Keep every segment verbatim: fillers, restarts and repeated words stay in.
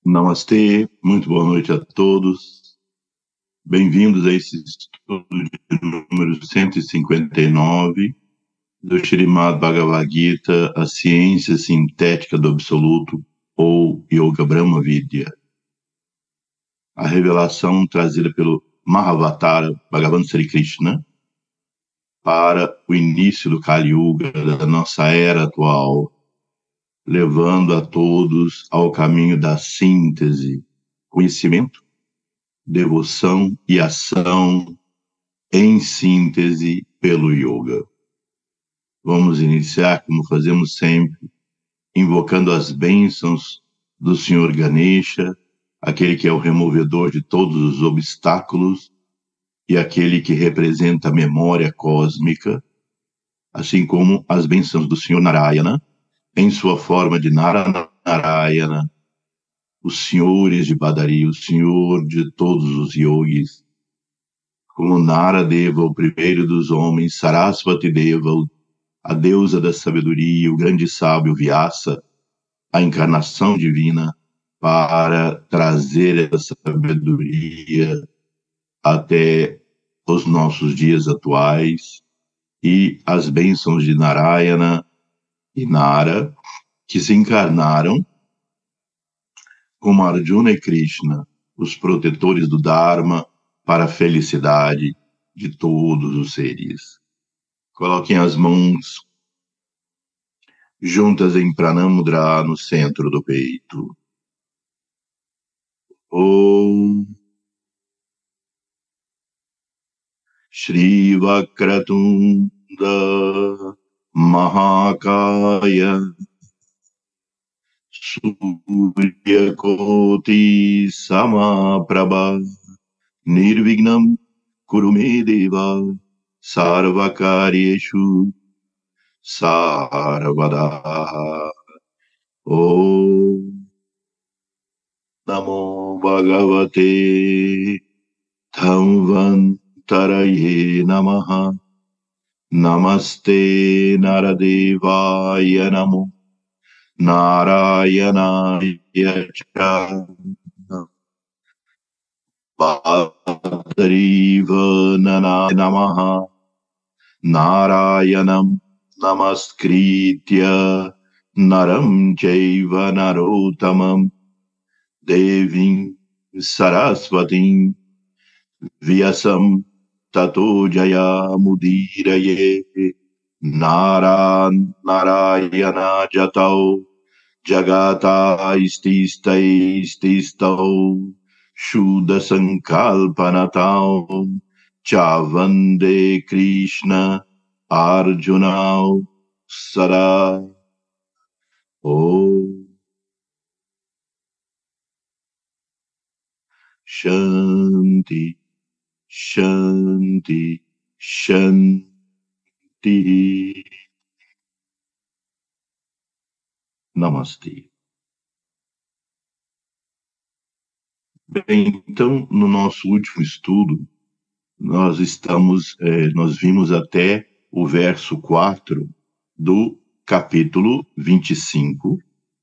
Namastê, muito boa noite a todos. Bem-vindos a esse estudo de número cento e cinquenta e nove do Śrīmad Bhagavad Gita, a ciência sintética do absoluto, ou Yoga Brahma Vidya. A revelação trazida pelo Mahavatara Bhagavan Sri Krishna para o início do Kali Yuga, da nossa era atual, levando a todos ao caminho da síntese, conhecimento, devoção e ação em síntese pelo yoga. Vamos iniciar, como fazemos sempre, invocando as bênçãos do Senhor Ganesha, aquele que é o removedor de todos os obstáculos e aquele que representa a memória cósmica, assim como as bênçãos do Senhor Narayana, em sua forma de Nara Narayana, os senhores de Badari, o senhor de todos os yogis, como Naradeva, o primeiro dos homens, Sarasvati Deva, a deusa da sabedoria, o grande sábio Vyasa, a encarnação divina, para trazer essa sabedoria até os nossos dias atuais, e as bênçãos de Narayana e Nara, que se encarnaram como Arjuna e Krishna, os protetores do Dharma para a felicidade de todos os seres. Coloquem as mãos juntas em Pranamudra no centro do peito. Om Shri Vakratunda Mahakaya Surya Koti Samaprabha Nirvignam Kurume Deva Sarvakaryeshu Sarvada. Om Namo Bhagavate Dhamvantaraye Namaha. Namaste Naradevaya Namo Narayana Cha Bhadariva Namaha Narayanam Namaskritya Naram Chaiva Narotamam Devim Sarasvatim Vyasam Tato Jaya Mudiraye Nara Narayana Jatau Jagata Istista Ististau Shuddha Sankalpanatau Chavande Krishna Arjunau Sada. Om Shanti Shanti Shanti. Namastê. Bem, então, no nosso último estudo, nós estamos, eh, nós vimos até o verso quatro do capítulo vinte e cinco.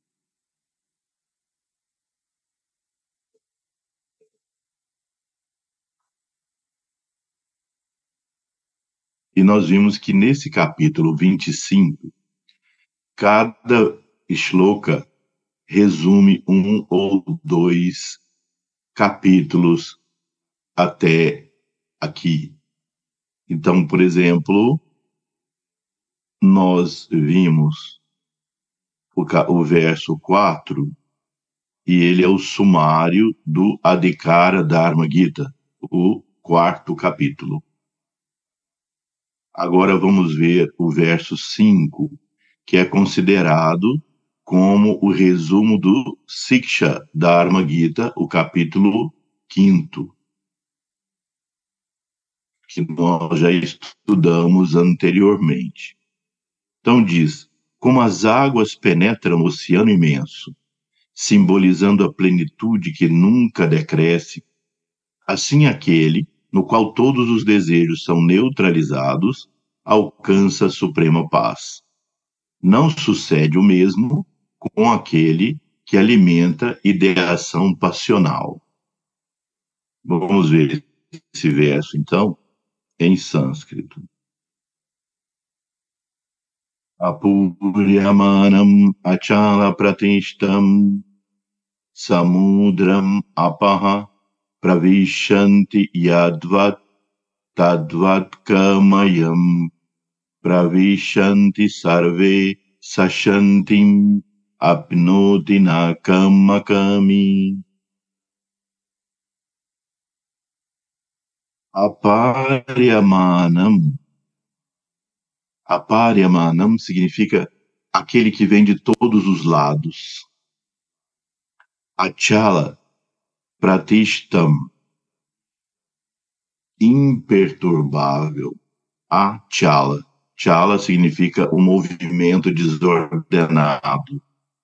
E nós vimos que nesse capítulo vinte e cinco, cada shloka resume um ou dois capítulos até aqui. Então, por exemplo, nós vimos o, o verso quatro, e ele é o sumário do Adhikara Dharma Gita, o quarto capítulo. Agora vamos ver o verso cinco, que é considerado como o resumo do Siksha Dharma Gita, o capítulo quinto, que nós já estudamos anteriormente. Então diz: como as águas penetram o oceano imenso, simbolizando a plenitude que nunca decresce, assim aquele no qual todos os desejos são neutralizados alcança a suprema paz. Não sucede o mesmo com aquele que alimenta ideação passional. Vamos ver esse verso, então, em sânscrito. Apuryamanam achala pratishtam samudram apaha pravishanti yadvat tadvat kamayam pravishanti sarve sashantim apnoti nakamakami. Aparyamanam. Aparyamanam significa aquele que vem de todos os lados. Achala pratishtam, imperturbável. Achala. Chala significa um movimento desordenado.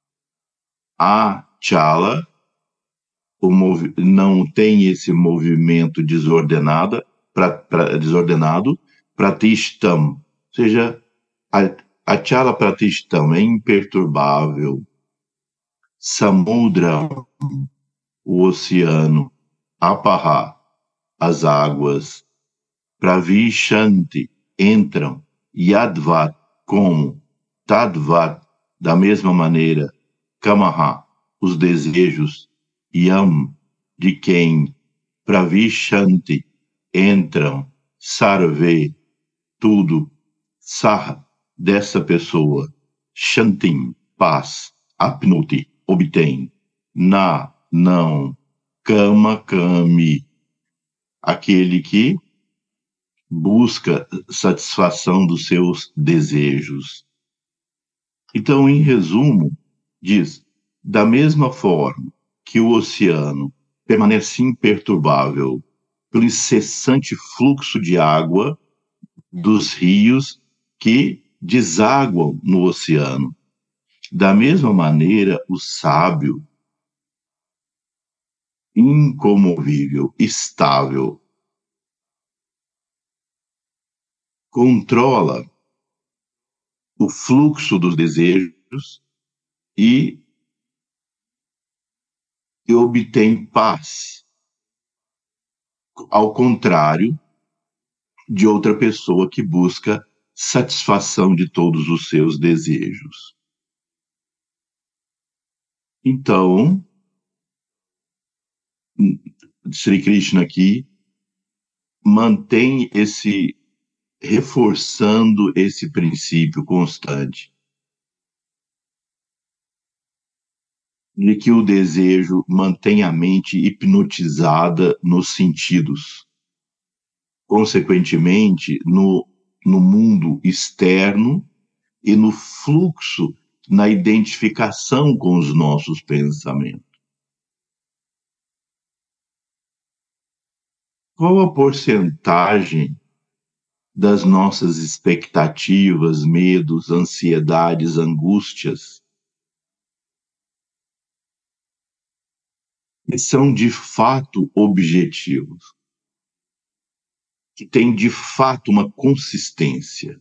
Achala o movi- não tem esse movimento desordenado, pra, pra, desordenado, pratishtam, ou seja, achala pratishtam é imperturbável. Samudra, o oceano. Apaha, as águas. Pravishanti, entram. Yadvat, como. Tadvat, da mesma maneira. Kamaha, os desejos. Yam, de quem. Pravishanti, entram. Sarve, tudo. Sah, dessa pessoa. Shantim, paz. Apnuti, obtém. Na, não. Kama, kami, aquele que busca satisfação dos seus desejos. Então, em resumo, diz, da mesma forma que o oceano permanece imperturbável pelo incessante fluxo de água dos rios que desaguam no oceano, da mesma maneira, o sábio, incomovível, estável, controla o fluxo dos desejos e, e obtém paz, ao contrário de outra pessoa que busca satisfação de todos os seus desejos. Então, Sri Krishna aqui mantém esse, reforçando esse princípio constante de que o desejo mantém a mente hipnotizada nos sentidos. Consequentemente, no, no mundo externo e no fluxo, na identificação com os nossos pensamentos. Qual a porcentagem das nossas expectativas, medos, ansiedades, angústias que são de fato objetivos, que têm de fato uma consistência?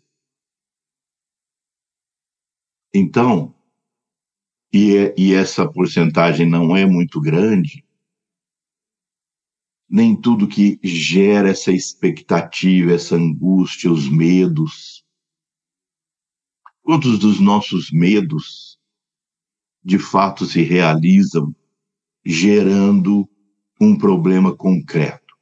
Então, e, é, e essa porcentagem não é muito grande, nem tudo que gera essa expectativa, essa angústia, os medos. Quantos dos nossos medos de fato se realizam gerando um problema concreto?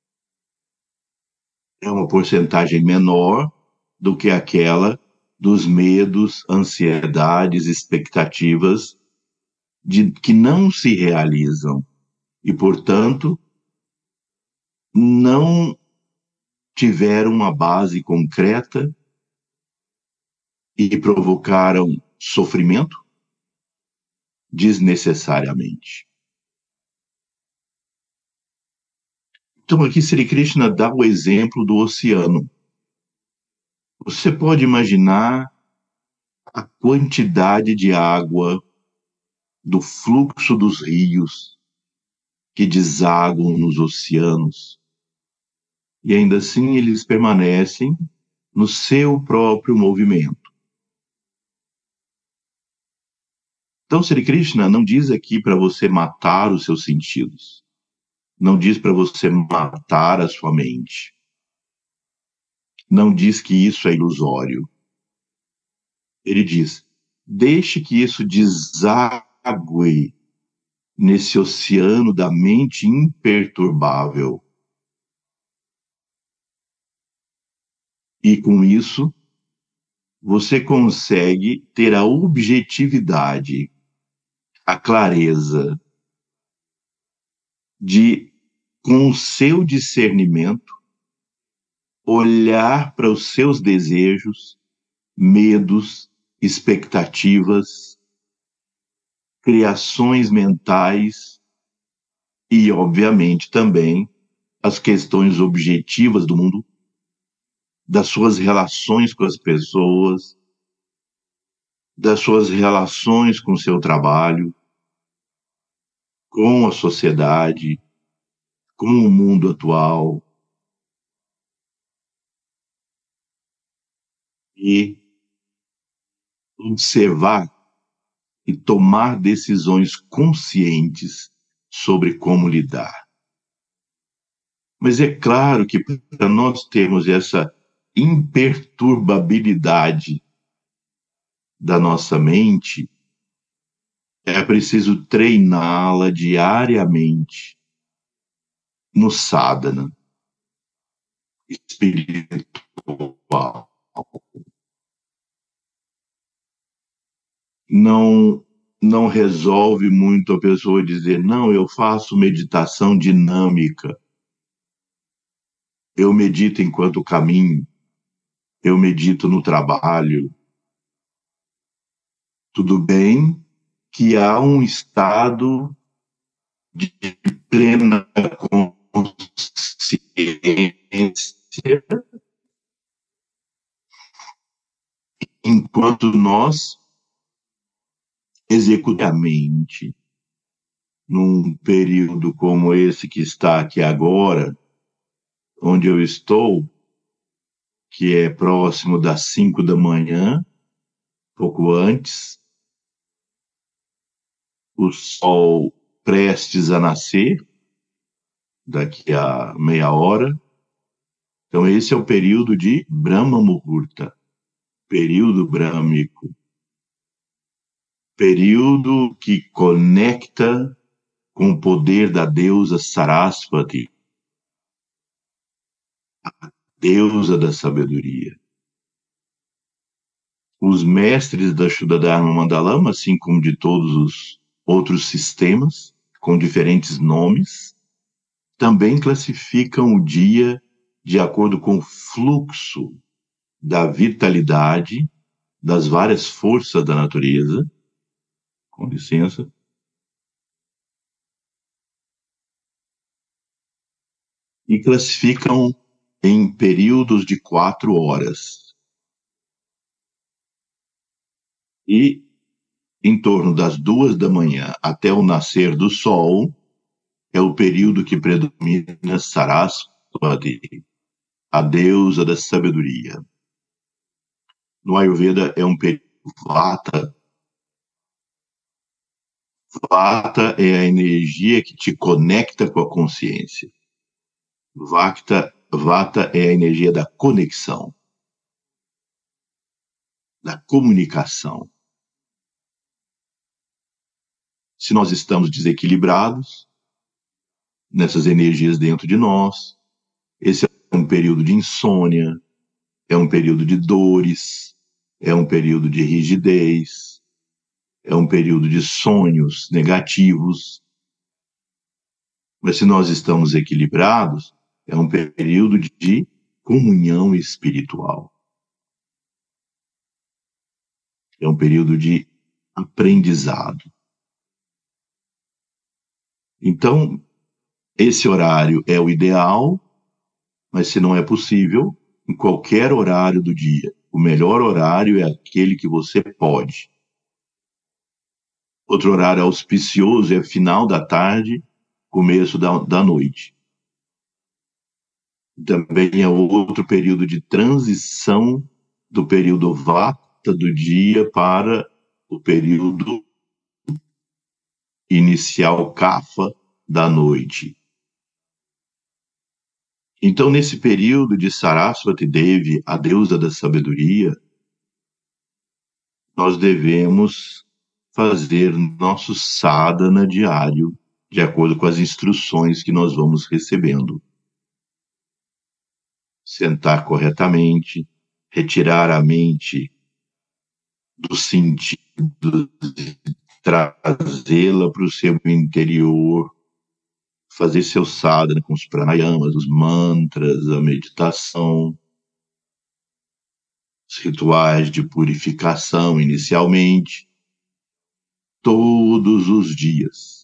É uma porcentagem menor do que aquela dos medos, ansiedades, expectativas de, que não se realizam e, portanto, não tiveram uma base concreta e provocaram sofrimento desnecessariamente. Então, aqui Sri Krishna dá o exemplo do oceano. Você pode imaginar a quantidade de água do fluxo dos rios que desaguam nos oceanos, e ainda assim eles permanecem no seu próprio movimento. Então, Sri Krishna não diz aqui para você matar os seus sentidos. Não diz para você matar a sua mente. Não diz que isso é ilusório. Ele diz, deixe que isso desague nesse oceano da mente imperturbável. E com isso, você consegue ter a objetividade, a clareza de, com o seu discernimento, olhar para os seus desejos, medos, expectativas, criações mentais e, obviamente, também as questões objetivas do mundo, das suas relações com as pessoas, das suas relações com o seu trabalho, com a sociedade, com o mundo atual. E observar e tomar decisões conscientes sobre como lidar. Mas é claro que para nós termos essa imperturbabilidade da nossa mente, é preciso treiná-la diariamente no sadhana espiritual. Não, não resolve muito a pessoa dizer, não, eu faço meditação dinâmica, eu medito enquanto caminho, eu medito no trabalho. Tudo bem que há um estado de plena consciência enquanto nós executamente, num período como esse que está aqui agora, onde eu estou, que é próximo das cinco da manhã, pouco antes, o sol prestes a nascer, daqui a meia hora. Então esse é o período de Brahma Muhurta, período brâmico, período que conecta com o poder da deusa Sarasvati, a deusa da sabedoria. Os mestres da Shuddha-dharma Mandalama, assim como de todos os outros sistemas, com diferentes nomes, também classificam o dia de acordo com o fluxo da vitalidade das várias forças da natureza. Com licença. E classificam em períodos de quatro horas. E em torno das duas da manhã até o nascer do sol é o período que predomina Sarasvati, a deusa da sabedoria. No Ayurveda é um período Vata. Vata é a energia que te conecta com a consciência. Vata, Vata é a energia da conexão, da comunicação. Se nós estamos desequilibrados nessas energias dentro de nós, esse é um período de insônia, é um período de dores, é um período de rigidez, é um período de sonhos negativos. Mas se nós estamos equilibrados, é um período de comunhão espiritual. É um período de aprendizado. Então, esse horário é o ideal, mas se não é possível, em qualquer horário do dia. O melhor horário é aquele que você pode. Outro horário auspicioso é final da tarde, começo da, da noite. Também é outro período de transição do período Vata do dia para o período inicial Kapha da noite. Então, nesse período de Saraswati Devi, a deusa da sabedoria, nós devemos fazer nosso sadhana diário, de acordo com as instruções que nós vamos recebendo. Sentar corretamente, retirar a mente dos sentidos, trazê-la para o seu interior, fazer seu sadhana com os pranayamas, os mantras, a meditação, os rituais de purificação inicialmente, todos os dias.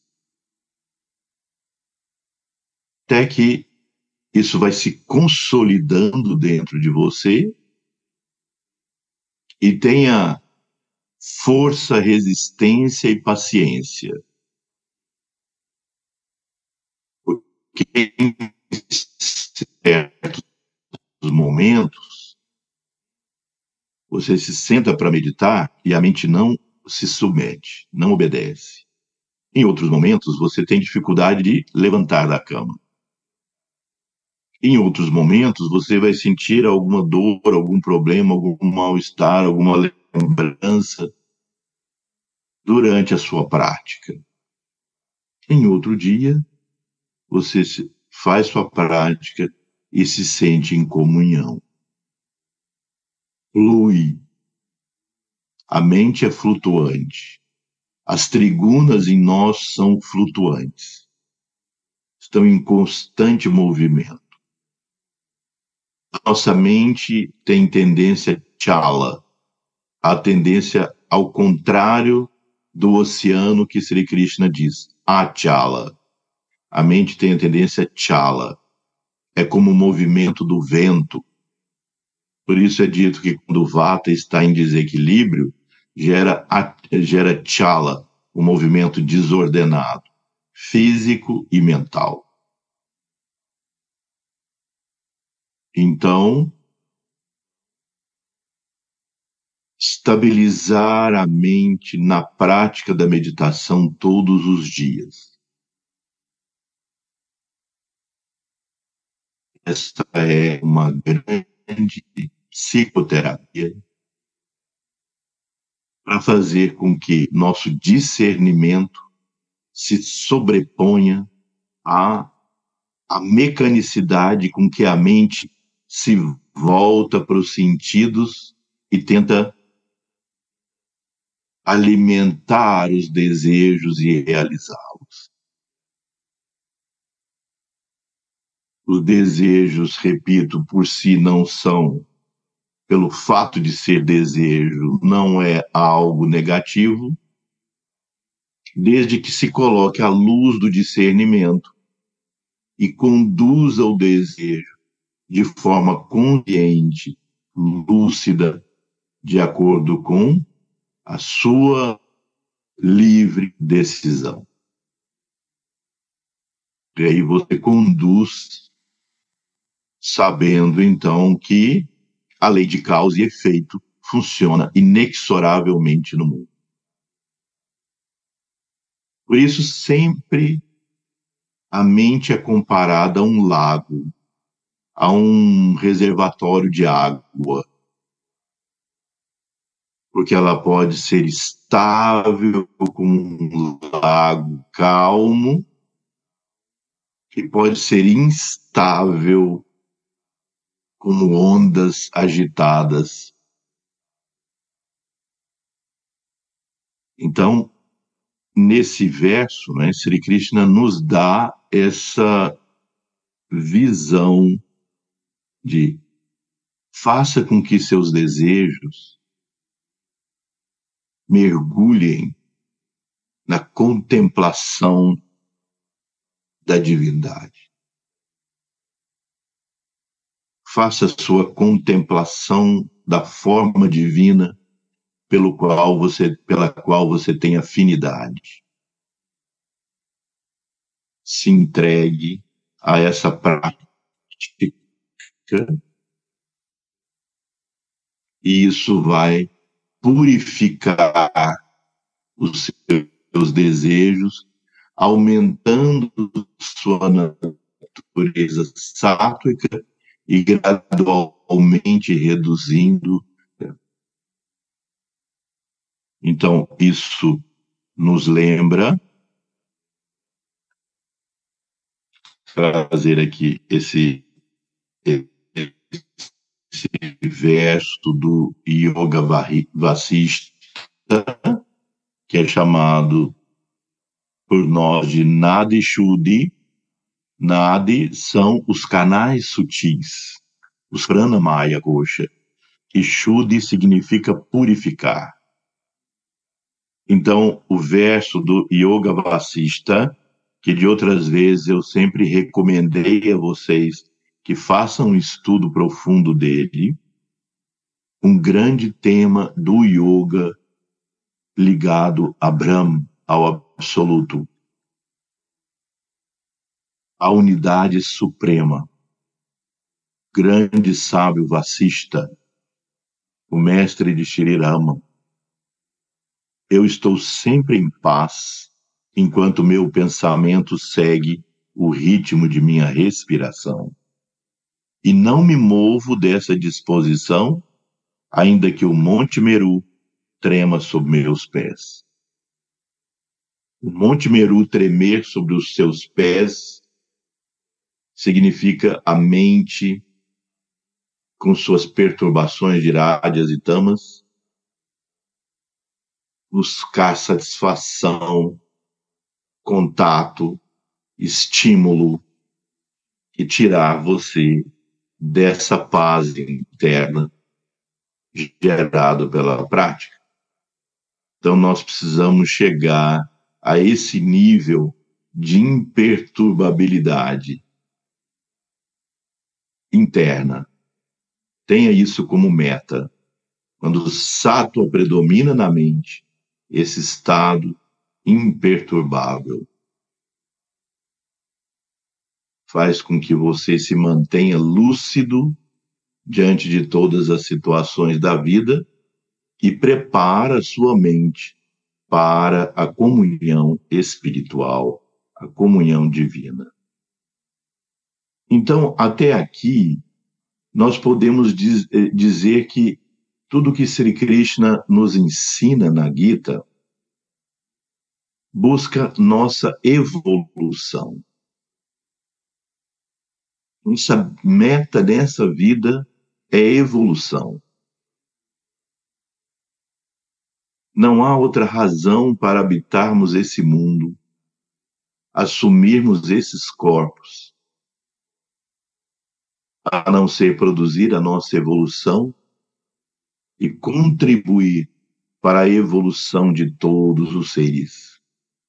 Até que isso vai se consolidando dentro de você e tenha força, resistência e paciência. Porque em certos momentos, você se senta para meditar e a mente não se submete, não obedece. Em outros momentos, você tem dificuldade de levantar da cama. Em outros momentos, você vai sentir alguma dor, algum problema, algum mal-estar, alguma lembrança durante a sua prática. Em outro dia, você faz sua prática e se sente em comunhão. Flui. A mente é flutuante. As trigunas em nós são flutuantes. Estão em constante movimento. Nossa mente tem tendência chala, a tendência ao contrário do oceano que Sri Krishna diz, achala. A mente tem a tendência chala, é como o movimento do vento. Por isso é dito que quando o vata está em desequilíbrio, gera, gera chala, um movimento desordenado, físico e mental. Então, estabilizar a mente na prática da meditação todos os dias. Esta é uma grande psicoterapia para fazer com que nosso discernimento se sobreponha à, à mecanicidade com que a mente se volta para os sentidos e tenta alimentar os desejos e realizá-los. Os desejos, repito, por si não são, pelo fato de ser desejo, não é algo negativo, desde que se coloque a luz do discernimento e conduza o desejo de forma consciente, lúcida, de acordo com a sua livre decisão. E aí você conduz sabendo, então, que a lei de causa e efeito funciona inexoravelmente no mundo. Por isso, sempre a mente é comparada a um lago, a um reservatório de água, porque ela pode ser estável como um lago calmo, e pode ser instável como ondas agitadas. Então, nesse verso, né, Sri Krishna nos dá essa visão de faça com que seus desejos mergulhem na contemplação da divindade. Faça sua contemplação da forma divina pelo qual você, pela qual você tem afinidade. Se entregue a essa prática e isso vai purificar os seus desejos aumentando sua natureza sátrica e gradualmente reduzindo. Então, isso nos lembra, trazer aqui esse, esse verso do Yoga Vasista, que é chamado por nós de Nadi Shuddhi. Nadi são os canais sutis, os Pranamaya Kosha, e Shuddhi significa purificar. Então, o verso do Yoga Vasista, que de outras vezes eu sempre recomendei a vocês que façam um estudo profundo dele, um grande tema do yoga ligado a Brahma, ao absoluto, a unidade suprema. Grande sábio Vasista, o mestre de Shri Rama. Eu estou sempre em paz, enquanto meu pensamento segue o ritmo de minha respiração. E não me movo dessa disposição, ainda que o Monte Meru trema sob meus pés. O Monte Meru tremer sobre os seus pés significa a mente com suas perturbações de rádias e tamas, buscar satisfação, contato, estímulo e tirar você dessa paz interna gerada pela prática. Então nós precisamos chegar a esse nível de imperturbabilidade interna. Tenha isso como meta. Quando o sattva predomina na mente, esse estado imperturbável faz com que você se mantenha lúcido diante de todas as situações da vida e prepara sua mente para a comunhão espiritual, a comunhão divina. Então, até aqui, nós podemos diz, dizer que tudo que Sri Krishna nos ensina na Gita busca nossa evolução. Nossa meta nessa vida é evolução. Não há outra razão para habitarmos esse mundo, assumirmos esses corpos, a não ser produzir a nossa evolução e contribuir para a evolução de todos os seres.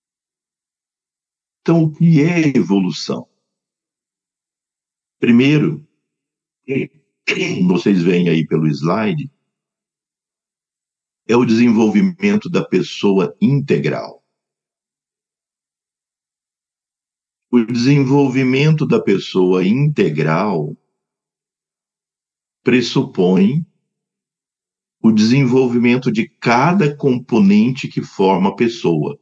Então, o que é evolução? Primeiro, vocês veem aí pelo slide, é o desenvolvimento da pessoa integral. O desenvolvimento da pessoa integral pressupõe o desenvolvimento de cada componente que forma a pessoa.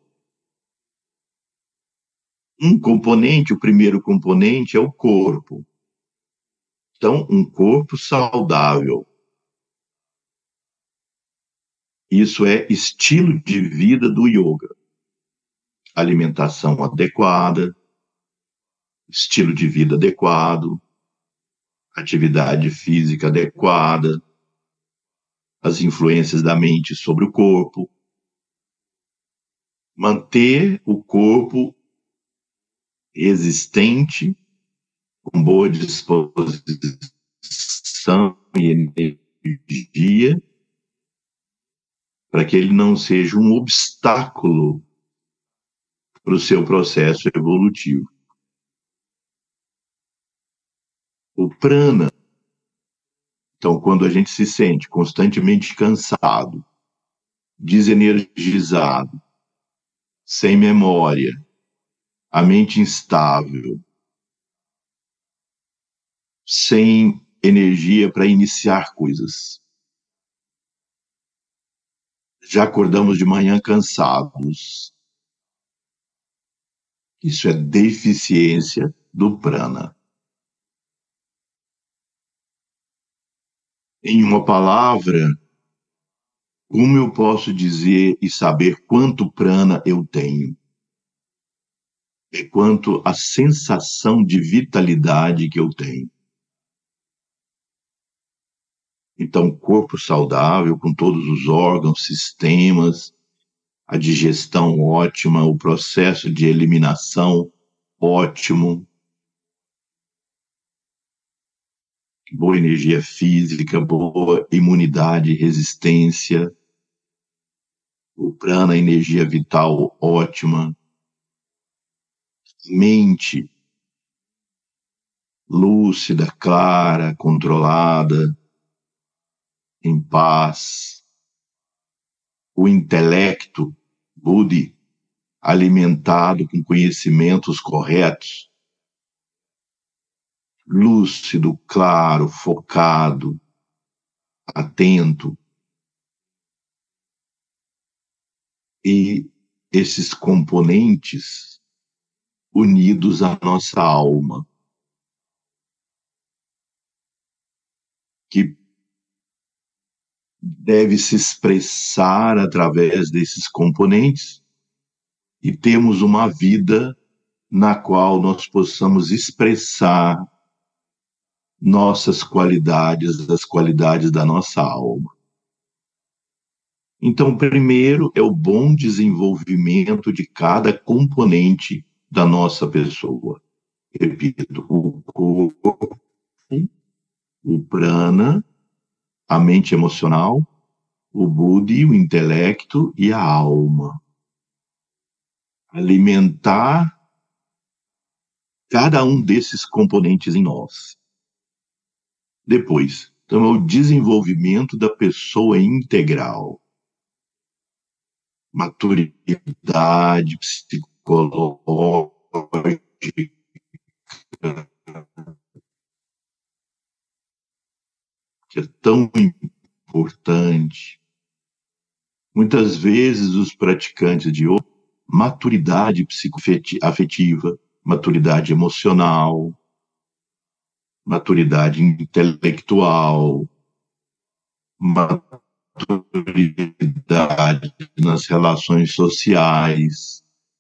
Um componente, o primeiro componente, é o corpo. Então, um corpo saudável. Isso é estilo de vida do yoga. Alimentação adequada, estilo de vida adequado, atividade física adequada, as influências da mente sobre o corpo. Manter o corpo existente, com boa disposição e energia, para que ele não seja um obstáculo para o seu processo evolutivo. O prana, então, quando a gente se sente constantemente cansado, desenergizado, sem memória, a mente instável, sem energia para iniciar coisas. Já acordamos de manhã cansados. Isso é deficiência do prana. Em uma palavra, como eu posso dizer e saber quanto prana eu tenho? É quanto a sensação de vitalidade que eu tenho. Então, corpo saudável, com todos os órgãos, sistemas, a digestão ótima, o processo de eliminação ótimo, boa energia física, boa imunidade, resistência, o prana, energia vital ótima, mente lúcida, clara, controlada, em paz, o intelecto, buddhi, alimentado com conhecimentos corretos, lúcido, claro, focado, atento. E esses componentes unidos à nossa alma, que deve se expressar através desses componentes, e temos uma vida na qual nós possamos expressar nossas qualidades, as qualidades da nossa alma. Então, primeiro é o bom desenvolvimento de cada componente da nossa pessoa. Repito, o corpo, o prana, a mente emocional, o buddhi, o intelecto e a alma. Alimentar cada um desses componentes em nós. Depois, então, é o desenvolvimento da pessoa integral. Maturidade psicológica, que é tão importante. Muitas vezes os praticantes de yoga, maturidade psicoafetiva, maturidade emocional, maturidade intelectual, maturidade nas relações sociais.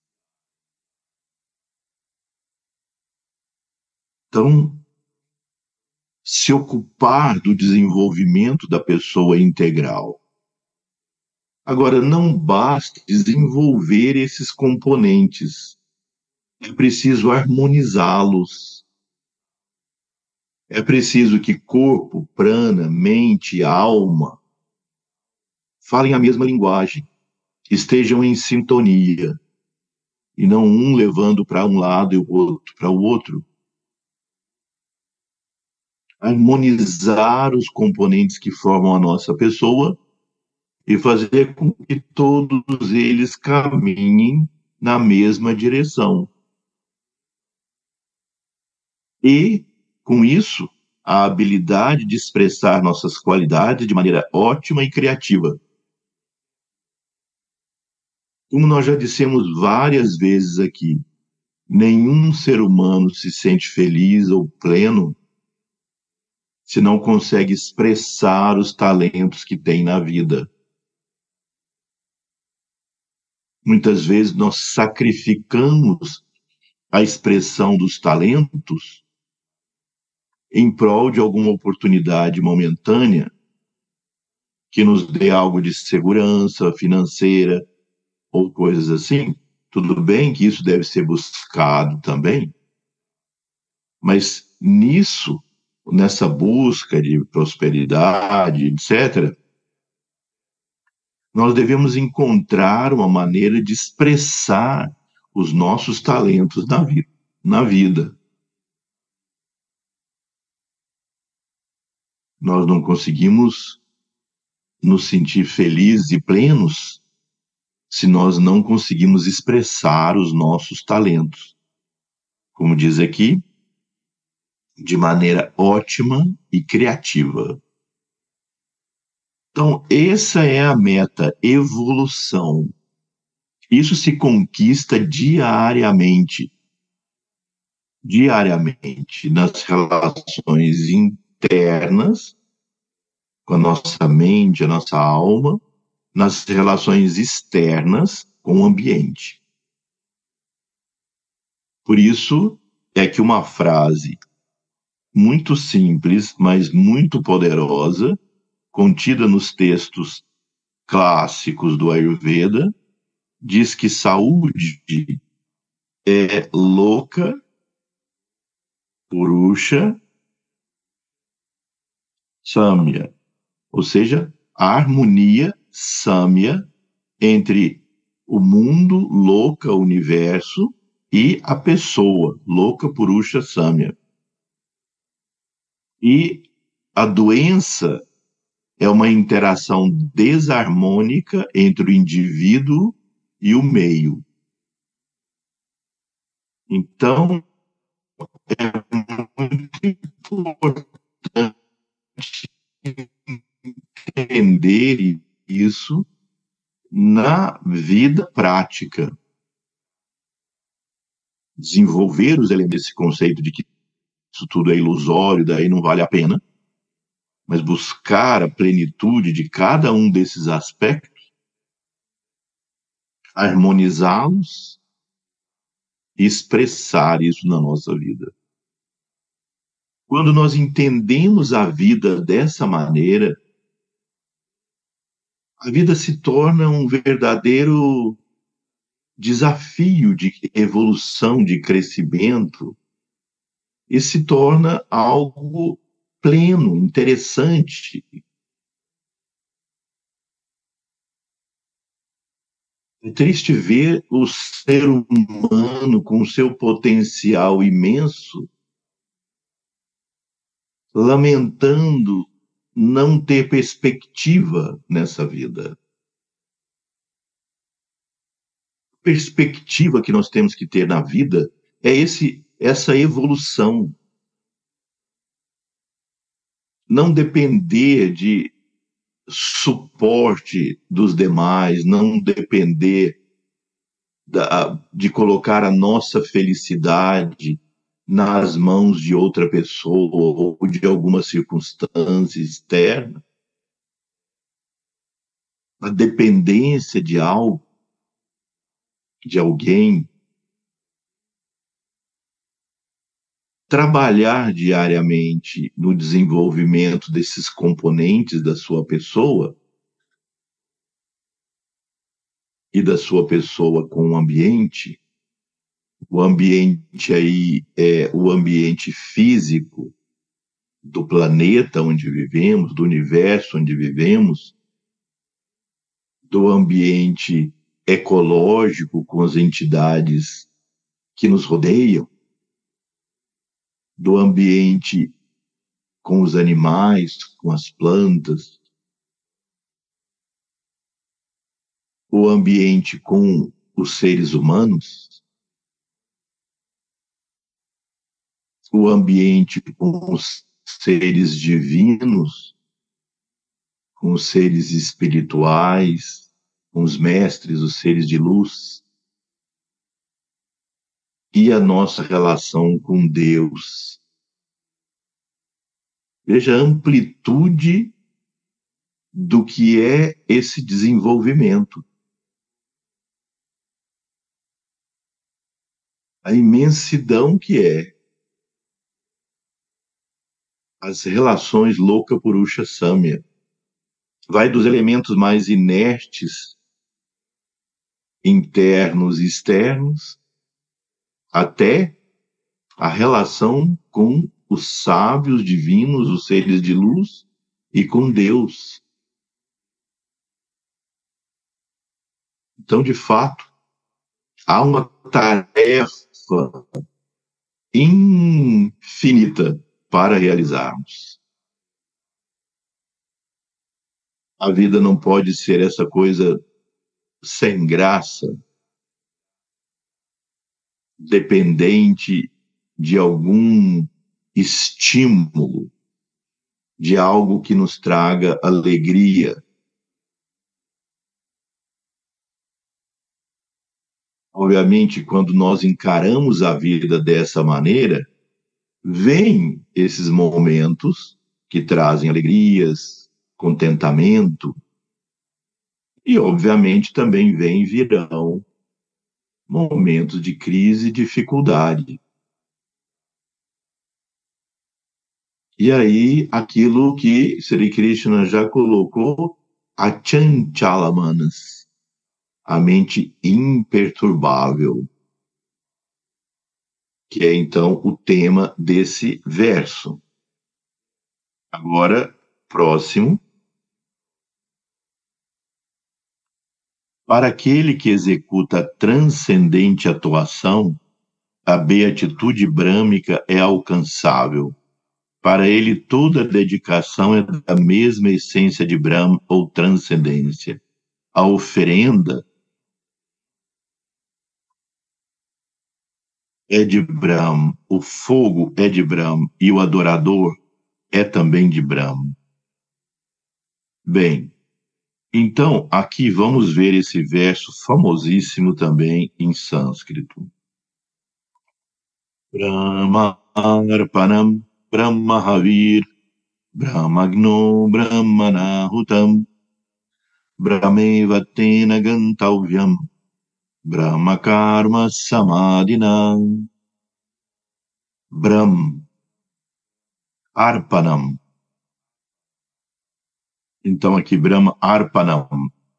Então, se ocupar do desenvolvimento da pessoa integral. Agora, não basta desenvolver esses componentes, é preciso harmonizá-los. É preciso que corpo, prana, mente, alma falem a mesma linguagem, estejam em sintonia, e não um levando para um lado e o outro para o outro. Harmonizar os componentes que formam a nossa pessoa e fazer com que todos eles caminhem na mesma direção. E, com isso, a habilidade de expressar nossas qualidades de maneira ótima e criativa. Como nós já dissemos várias vezes aqui, nenhum ser humano se sente feliz ou pleno se não consegue expressar os talentos que tem na vida. Muitas vezes nós sacrificamos a expressão dos talentos em prol de alguma oportunidade momentânea que nos dê algo de segurança financeira ou coisas assim. Tudo bem que isso deve ser buscado também, mas nisso, nessa busca de prosperidade, etcétera, nós devemos encontrar uma maneira de expressar os nossos talentos na vida. Na vida. Nós não conseguimos nos sentir felizes e plenos se nós não conseguimos expressar os nossos talentos. Como diz aqui, de maneira ótima e criativa. Então, essa é a meta, evolução. Isso se conquista diariamente, diariamente, nas relações internas, com a nossa mente, a nossa alma, nas relações externas com o ambiente. Por isso é que uma frase muito simples, mas muito poderosa, contida nos textos clássicos do Ayurveda, diz que saúde é louca, purusha, samya, ou seja, a harmonia samya entre o mundo, louca, universo, e a pessoa, louca, purusha, samya. E a doença é uma interação desarmônica entre o indivíduo e o meio. Então, é muito importante entender isso na vida prática. Desenvolver os elementos desse conceito de que isso tudo é ilusório, daí não vale a pena, mas buscar a plenitude de cada um desses aspectos, harmonizá-los e expressar isso na nossa vida. Quando nós entendemos a vida dessa maneira, a vida se torna um verdadeiro desafio de evolução, de crescimento, e se torna algo pleno, interessante. É triste ver o ser humano com seu potencial imenso lamentando não ter perspectiva nessa vida. A perspectiva que nós temos que ter na vida é esse, essa evolução. Não depender de suporte dos demais, não depender da, de colocar a nossa felicidade nas mãos de outra pessoa ou de alguma circunstância externa. A dependência de algo, de alguém. Trabalhar diariamente no desenvolvimento desses componentes da sua pessoa e da sua pessoa com o ambiente. O ambiente aí é o ambiente físico do planeta onde vivemos, do universo onde vivemos, do ambiente ecológico com as entidades que nos rodeiam, do ambiente com os animais, com as plantas, o ambiente com os seres humanos, o ambiente com os seres divinos, com os seres espirituais, com os mestres, os seres de luz, e a nossa relação com Deus. Veja a amplitude do que é esse desenvolvimento. A imensidão que é as relações louca, purusha, samya. Vai dos elementos mais inertes, internos e externos, até a relação com os sábios divinos, os seres de luz, e com Deus. Então, de fato, há uma tarefa infinita para realizarmos. A vida não pode ser essa coisa sem graça, dependente de algum estímulo, de algo que nos traga alegria. Obviamente, quando nós encaramos a vida dessa maneira, vêm esses momentos que trazem alegrias, contentamento, e, obviamente, também vem virão momentos de crise e dificuldade. E aí, aquilo que Sri Krishna já colocou, achanchalamas, a mente imperturbável, que é então o tema desse verso. Agora, próximo. Para aquele que executa a transcendente atuação, a beatitude brâmica é alcançável. Para ele, toda dedicação é da mesma essência de Brahma ou transcendência. A oferenda é de Brahma, o fogo é de Brahma e o adorador é também de Brahma. Bem, então aqui vamos ver esse verso famosíssimo também em sânscrito. Brahma arpanam Brahmahavir Brahmagno Brahmanahutam Brahmeva tena gantavyam Brahma karma samadhina. Brahm Arpanam. Então aqui Brahma Arpanam.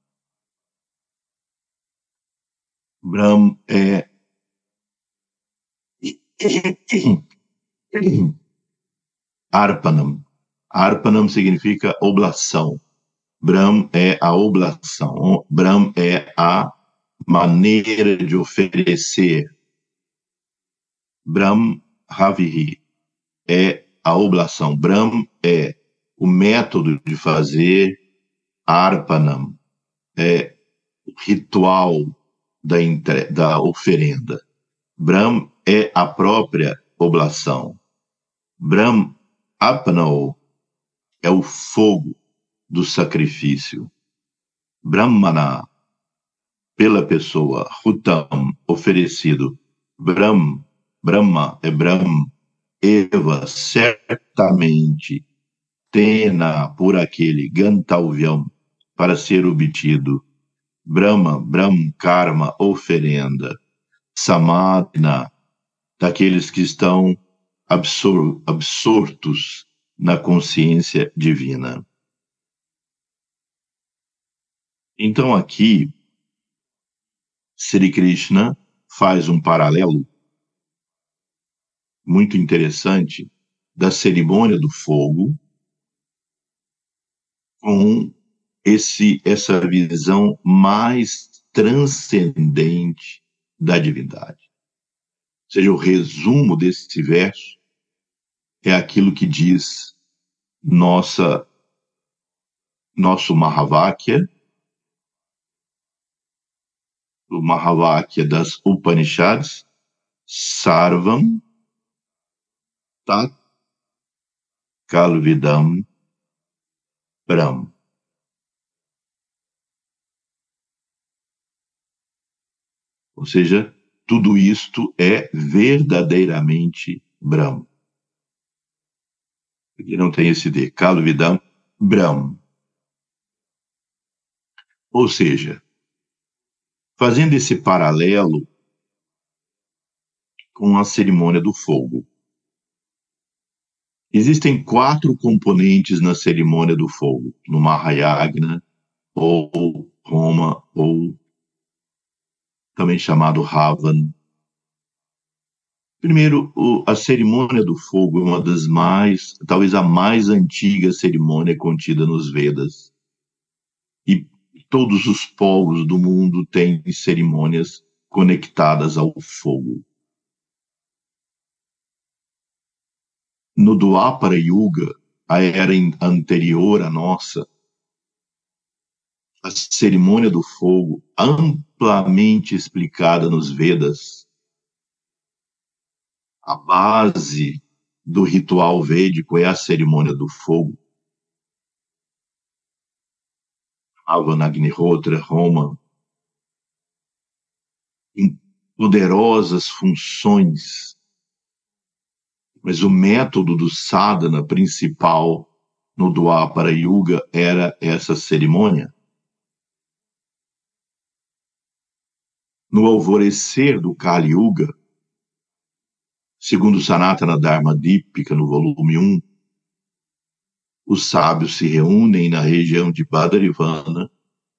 Brahm é Arpanam. Arpanam significa oblação. Brahm é a oblação. Brahm é a maneira de oferecer. Brahm Havihi é a oblação. Brahm é o método de fazer. Arpanam é o ritual da, entre... da oferenda. Brahm é a própria oblação. Brahm Apnao é o fogo do sacrifício. Brahmana, pela pessoa. Hutam, oferecido. Brahm, Brahma é Brahm. Eva, certamente. Tena, por aquele. Gantalvyam, para ser obtido. Brahma, Brahm, karma, oferenda. Samadhina, daqueles que estão absor absortos na consciência divina. Então aqui, Sri Krishna faz um paralelo muito interessante da cerimônia do fogo com esse, essa visão mais transcendente da divindade. Ou seja, o resumo desse verso é aquilo que diz nossa, nosso Mahavakya, o Mahavakya das Upanishads, Sarvam Tat Kalvidam Brahm. Ou seja, tudo isto é verdadeiramente Brahm. Aqui não tem esse D, Kalvidam Brahm. Ou seja, fazendo esse paralelo com a cerimônia do fogo. Existem quatro componentes na cerimônia do fogo, no Mahayagna, ou Roma, ou também chamado Ravan. Primeiro, a cerimônia do fogo é uma das mais, talvez a mais antiga cerimônia contida nos Vedas. E todos os povos do mundo têm cerimônias conectadas ao fogo. No Dwapara Yuga, a era anterior à nossa, a cerimônia do fogo, amplamente explicada nos Vedas, a base do ritual védico é a cerimônia do fogo. Avan Agnihotra, Roma. poderosas funções, mas o método do sadhana principal no Dwapara Yuga era essa cerimônia. No alvorecer do Kali Yuga, segundo Sanatana Dharma Dipika, no volume um, os sábios se reúnem na região de Badarivana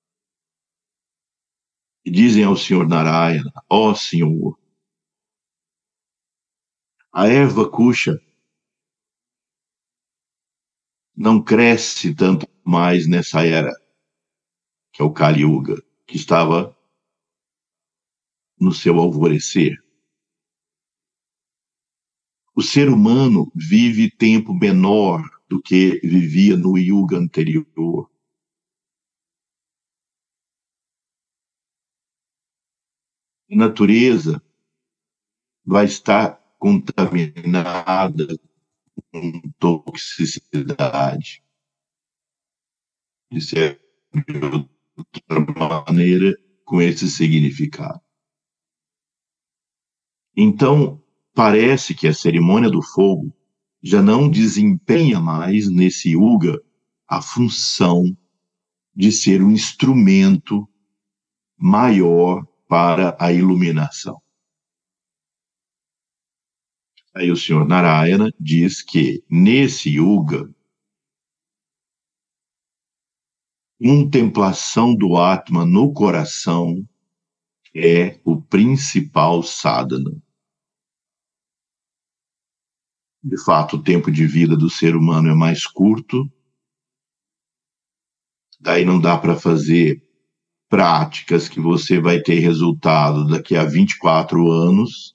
e dizem ao Senhor Narayana: ó Senhor, a erva Kusha não cresce tanto mais nessa era, que é o Kali Yuga, que estava no seu alvorecer. O ser humano vive tempo menor do que vivia no Yuga anterior. A natureza vai estar contaminada com toxicidade. Isso é de outra maneira com esse significado. Então, parece que a cerimônia do fogo já não desempenha mais nesse yuga a função de ser um instrumento maior para a iluminação. Aí o senhor Narayana diz que nesse yuga, contemplação do Atma no coração é o principal sadhana. De fato, o tempo de vida do ser humano é mais curto, daí não dá para fazer práticas que você vai ter resultado daqui a vinte e quatro anos.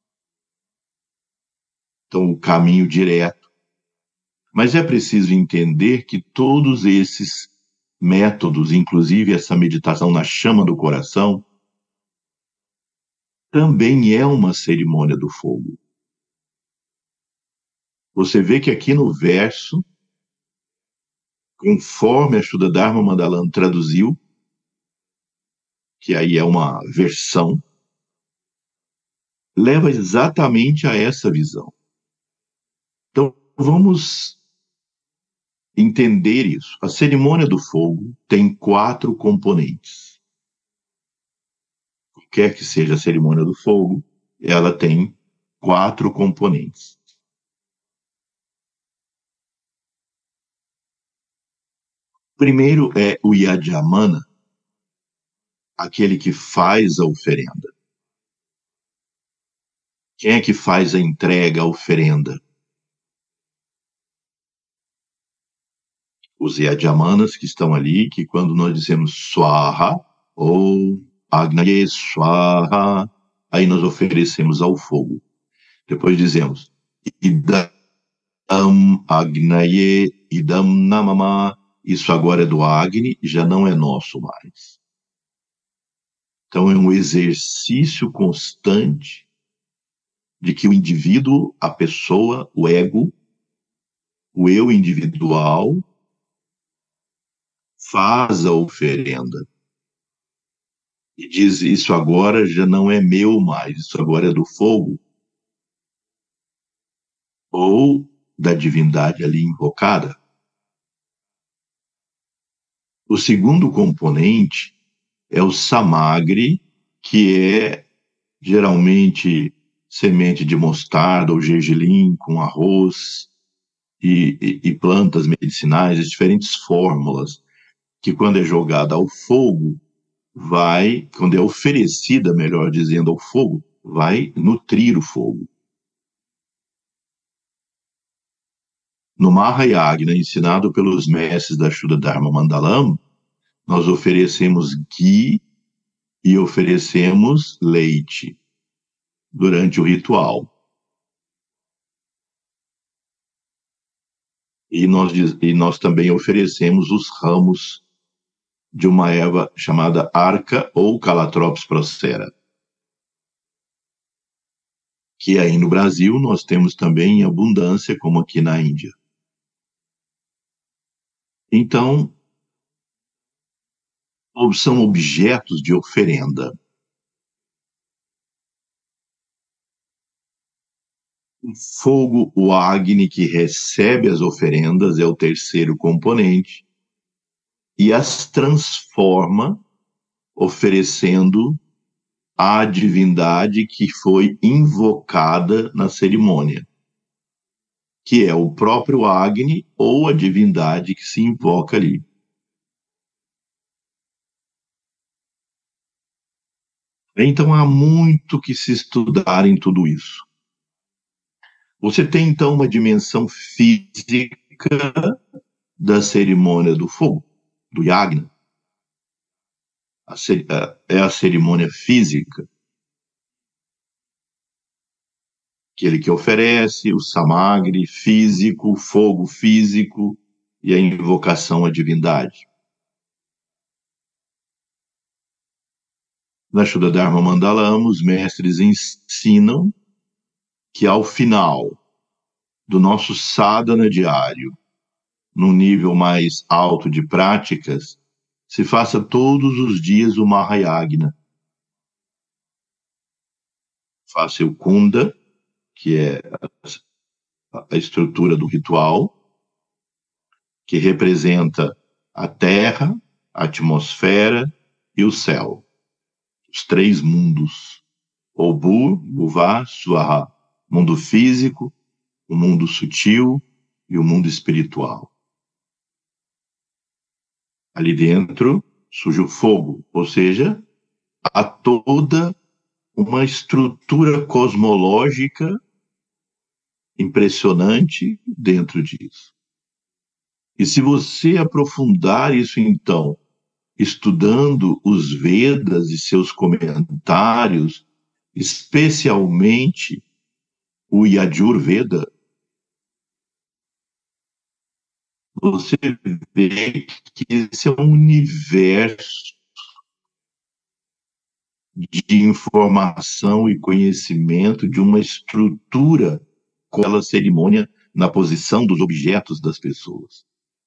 Então, o caminho direto. Mas é preciso entender que todos esses métodos, inclusive essa meditação na chama do coração, também é uma cerimônia do fogo. Você vê que aqui no verso, conforme a Shuddha Dharma Mandalam traduziu, que aí é uma versão, leva exatamente a essa visão. Então, vamos entender isso. A cerimônia do fogo tem quatro componentes. Qualquer que seja a cerimônia do fogo, ela tem quatro componentes. Primeiro é o Yajamana, aquele que faz a oferenda. Quem é que faz a entrega, a oferenda? Os Yajamanas que estão ali, que quando nós dizemos Swaha, ou Agnaye Swaha, aí nós oferecemos ao fogo. Depois dizemos Idam Agnaye Idam Namama, isso agora é do Agni, já não é nosso mais. Então é um exercício constante de que o indivíduo, a pessoa, o ego, o eu individual, faz a oferenda. E diz, isso agora já não é meu mais, isso agora é do fogo. Ou da divindade ali invocada. O segundo componente é o samagri, que é geralmente semente de mostarda ou gergelim com arroz e, e, e plantas medicinais, as diferentes fórmulas, que quando é jogada ao fogo, vai, quando é oferecida, melhor dizendo, ao fogo, vai nutrir o fogo. No Mahayagna, ensinado pelos mestres da Shuddha Dharma Mandalam, nós oferecemos ghee e oferecemos leite durante o ritual. E nós, e nós também oferecemos os ramos de uma erva chamada arca ou Calotropis procera, que aí no Brasil nós temos também em abundância, como aqui na Índia. Então, são objetos de oferenda. O fogo, o Agni, que recebe as oferendas, é o terceiro componente, e as transforma, oferecendo à divindade que foi invocada na cerimônia, que é o próprio Agni ou a divindade que se invoca ali. Então há muito que se estudar em tudo isso. Você tem então uma dimensão física da cerimônia do fogo, do Yagna. É a cerimônia física, aquele que oferece o samagri físico, o fogo físico e a invocação à divindade. Na Shuddha Dharma Mandalam, os mestres ensinam que ao final do nosso sadhana diário, num nível mais alto de práticas, se faça todos os dias o Mahayagna. Faça o Kunda, que é a estrutura do ritual, que representa a terra, a atmosfera e o céu. Os três mundos, o Bu, Bhuva, Swaha, mundo físico, o mundo sutil e o mundo espiritual. Ali dentro surge o fogo, ou seja, há toda uma estrutura cosmológica impressionante dentro disso. E se você aprofundar isso, então, estudando os Vedas e seus comentários, especialmente o Yajurveda, você vê que esse é um universo de informação e conhecimento de uma estrutura com aquela cerimônia na posição dos objetos das pessoas.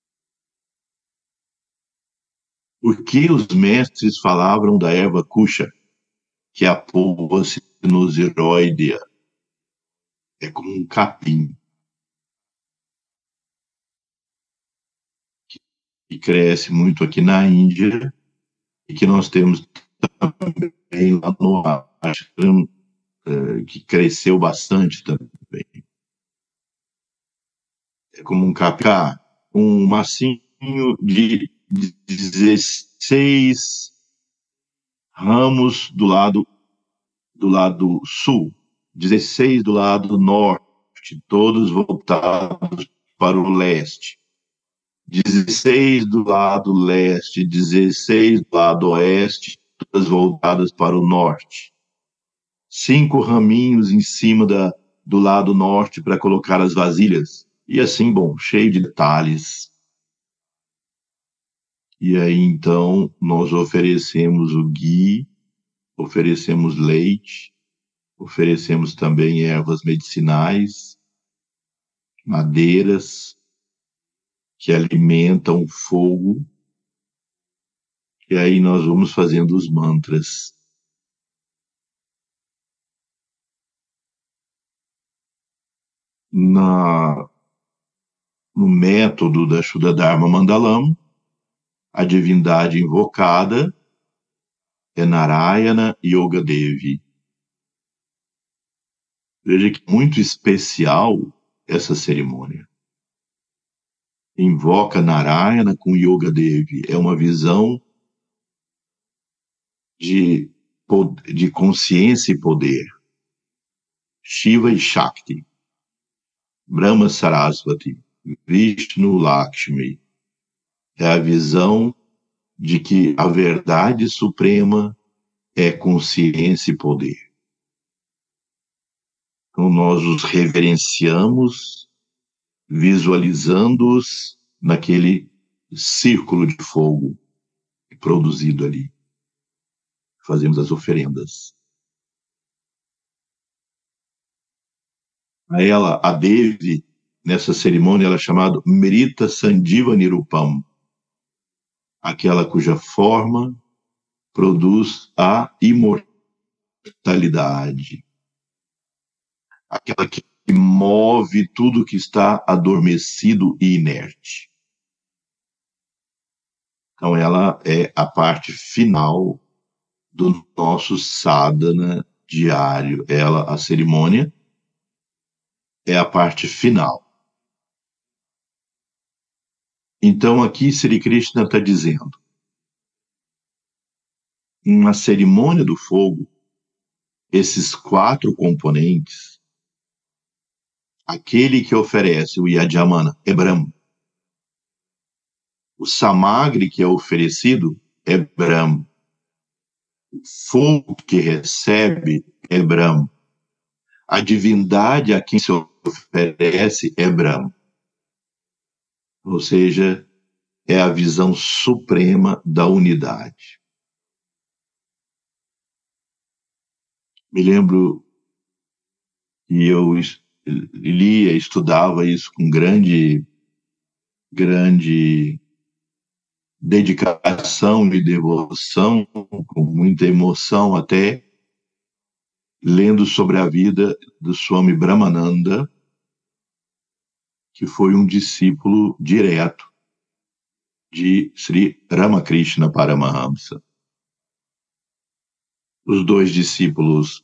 Por que os mestres falavam da erva Kusha, que é a polpa sinusiroidea? É como um capim que cresce muito aqui na Índia e que nós temos também lá no Ashram, que cresceu bastante também. É como um capim, um massinho de dezesseis ramos do lado do lado sul, dezesseis do lado norte, todos voltados para o leste. dezesseis do lado leste, dezesseis do lado oeste, todas voltadas para o norte. Cinco raminhos em cima da, do lado norte para colocar as vasilhas. E assim, bom, cheio de detalhes. E aí, então, nós oferecemos o ghee, oferecemos leite, oferecemos também ervas medicinais, madeiras, que alimentam o fogo. E aí nós vamos fazendo os mantras. Na, no método da Shuddha Dharma Mandalam, a divindade invocada é Narayana Yoga Devi. Veja que muito especial essa cerimônia. Invoca Narayana com Yoga Devi. É uma visão de, de consciência e poder. Shiva e Shakti. Brahma Sarasvati. Vishnu Lakshmi. É a visão de que a verdade suprema é consciência e poder. Então nós os reverenciamos, visualizando-os naquele círculo de fogo produzido ali. Fazemos as oferendas. A ela, a Devi, nessa cerimônia, ela é chamada Merita Sandiva Nirupam, aquela cuja forma produz a imortalidade, aquela que move tudo que está adormecido e inerte. Então, ela é a parte final do nosso sadhana diário. Ela, a cerimônia, é a parte final. Então, aqui Sri Krishna está dizendo, na cerimônia do fogo, esses quatro componentes, aquele que oferece o Yajamana é Brahma. O samagri que é oferecido é Brahma. O fogo que recebe é Brahma. A divindade a quem se oferece é Brahma. Ou seja, é a visão suprema da unidade. Me lembro que eu lia, estudava isso com grande, grande dedicação e devoção, com muita emoção até, lendo sobre a vida do Swami Brahmananda, que foi um discípulo direto de Sri Ramakrishna Paramahamsa. Os dois discípulos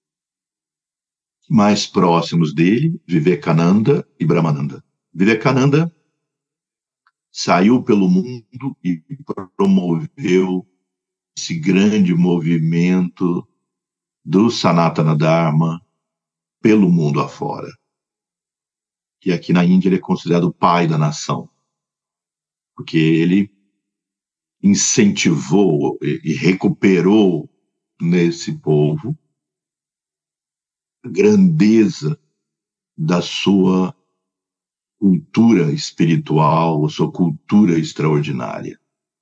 mais próximos dele, Vivekananda e Brahmananda. Vivekananda saiu pelo mundo e promoveu esse grande movimento do Sanatana Dharma pelo mundo afora. Que aqui na Índia ele é considerado o pai da nação, porque ele incentivou e recuperou nesse povo a grandeza da sua cultura espiritual, a sua cultura extraordinária.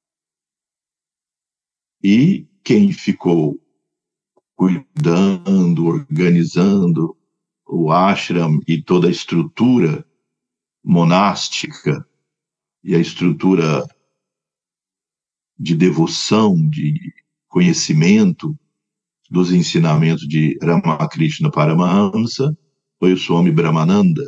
E quem ficou cuidando, organizando o ashram e toda a estrutura monástica e a estrutura de devoção, de conhecimento dos ensinamentos de Ramakrishna Paramahamsa foi o Swami Brahmananda.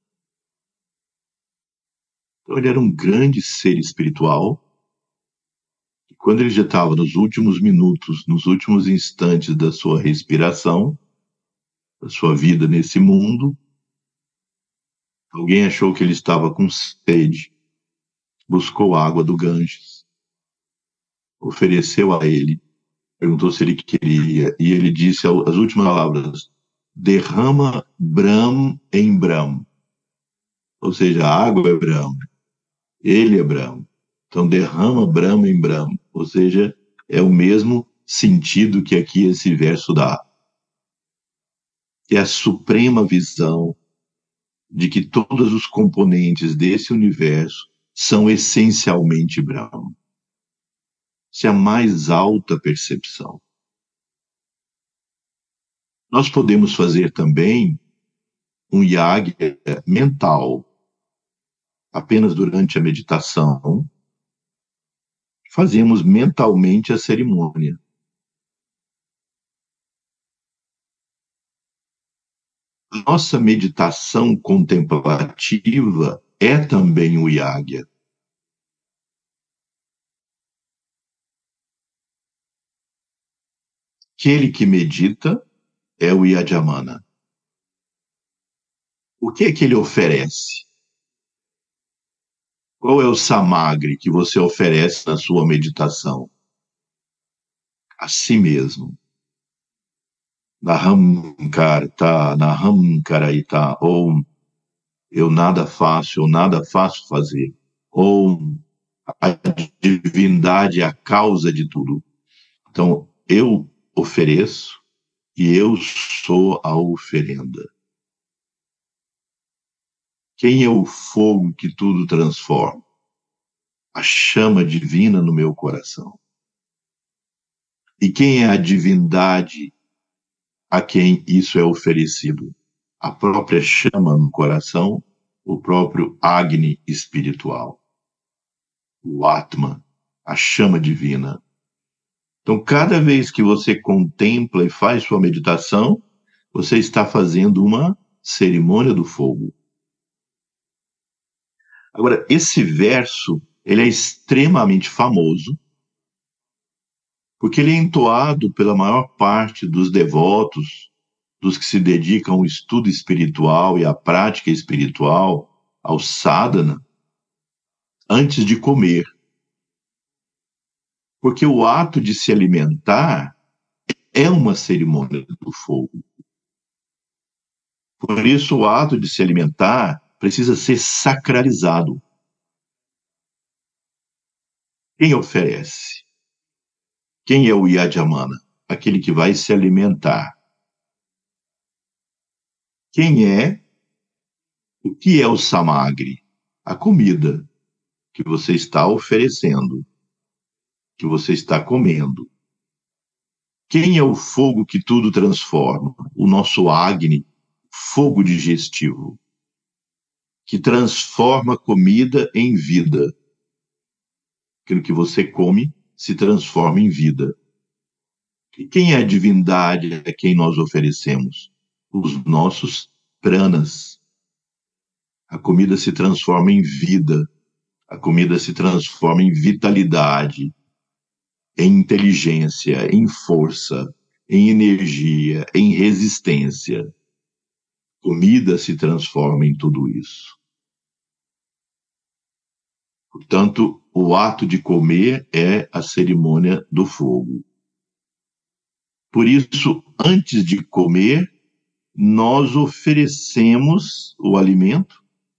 Então ele era um grande ser espiritual, e quando ele já estava nos últimos minutos, nos últimos instantes da sua respiração, da sua vida nesse mundo, alguém achou que ele estava com sede, buscou água do Ganges, ofereceu a ele, perguntou se ele queria, e ele disse as últimas palavras, derrama Brahm em Brahm. Ou seja, a água é Brahm, ele é Brahm. Então derrama Brahm em Brahm. Ou seja, é o mesmo sentido que aqui esse verso dá. É a suprema visão de que todos os componentes desse universo são essencialmente Brahma. Essa é a mais alta percepção. Nós podemos fazer também um yagya mental, apenas durante a meditação, fazemos mentalmente a cerimônia. Nossa meditação contemplativa é também o yagya. Aquele que medita é o Yajamana. O que é que ele oferece? Qual é o samagri que você oferece na sua meditação? A si mesmo. Nahamkarta, Nahamkaraita, ou eu nada faço, eu nada faço fazer, ou a divindade é a causa de tudo. Então, eu ofereço e eu sou a oferenda. Quem é o fogo que tudo transforma? A chama divina no meu coração. E quem é a divindade a quem isso é oferecido? A própria chama no coração, o próprio Agni espiritual, o Atma, a chama divina. Então, cada vez que você contempla e faz sua meditação, você está fazendo uma cerimônia do fogo. Agora, esse verso, ele é extremamente famoso, porque ele é entoado pela maior parte dos devotos, dos que se dedicam ao estudo espiritual e à prática espiritual, ao sadhana, antes de comer. Porque o ato de se alimentar é uma cerimônia do fogo. Por isso, o ato de se alimentar precisa ser sacralizado. Quem oferece? Quem é o Yajamana? Aquele que vai se alimentar. Quem é? O que é o samagri? A comida que você está oferecendo, que você está comendo. Quem é o fogo que tudo transforma? O nosso Agni, fogo digestivo, que transforma comida em vida. Aquilo que você come se transforma em vida. E quem é a divindade a quem nós oferecemos? Os nossos pranas. A comida se transforma em vida. A comida se transforma em vitalidade, em inteligência, em força, em energia, em resistência. Comida se transforma em tudo isso. Portanto, o ato de comer é a cerimônia do fogo. Por isso, antes de comer, nós oferecemos o alimento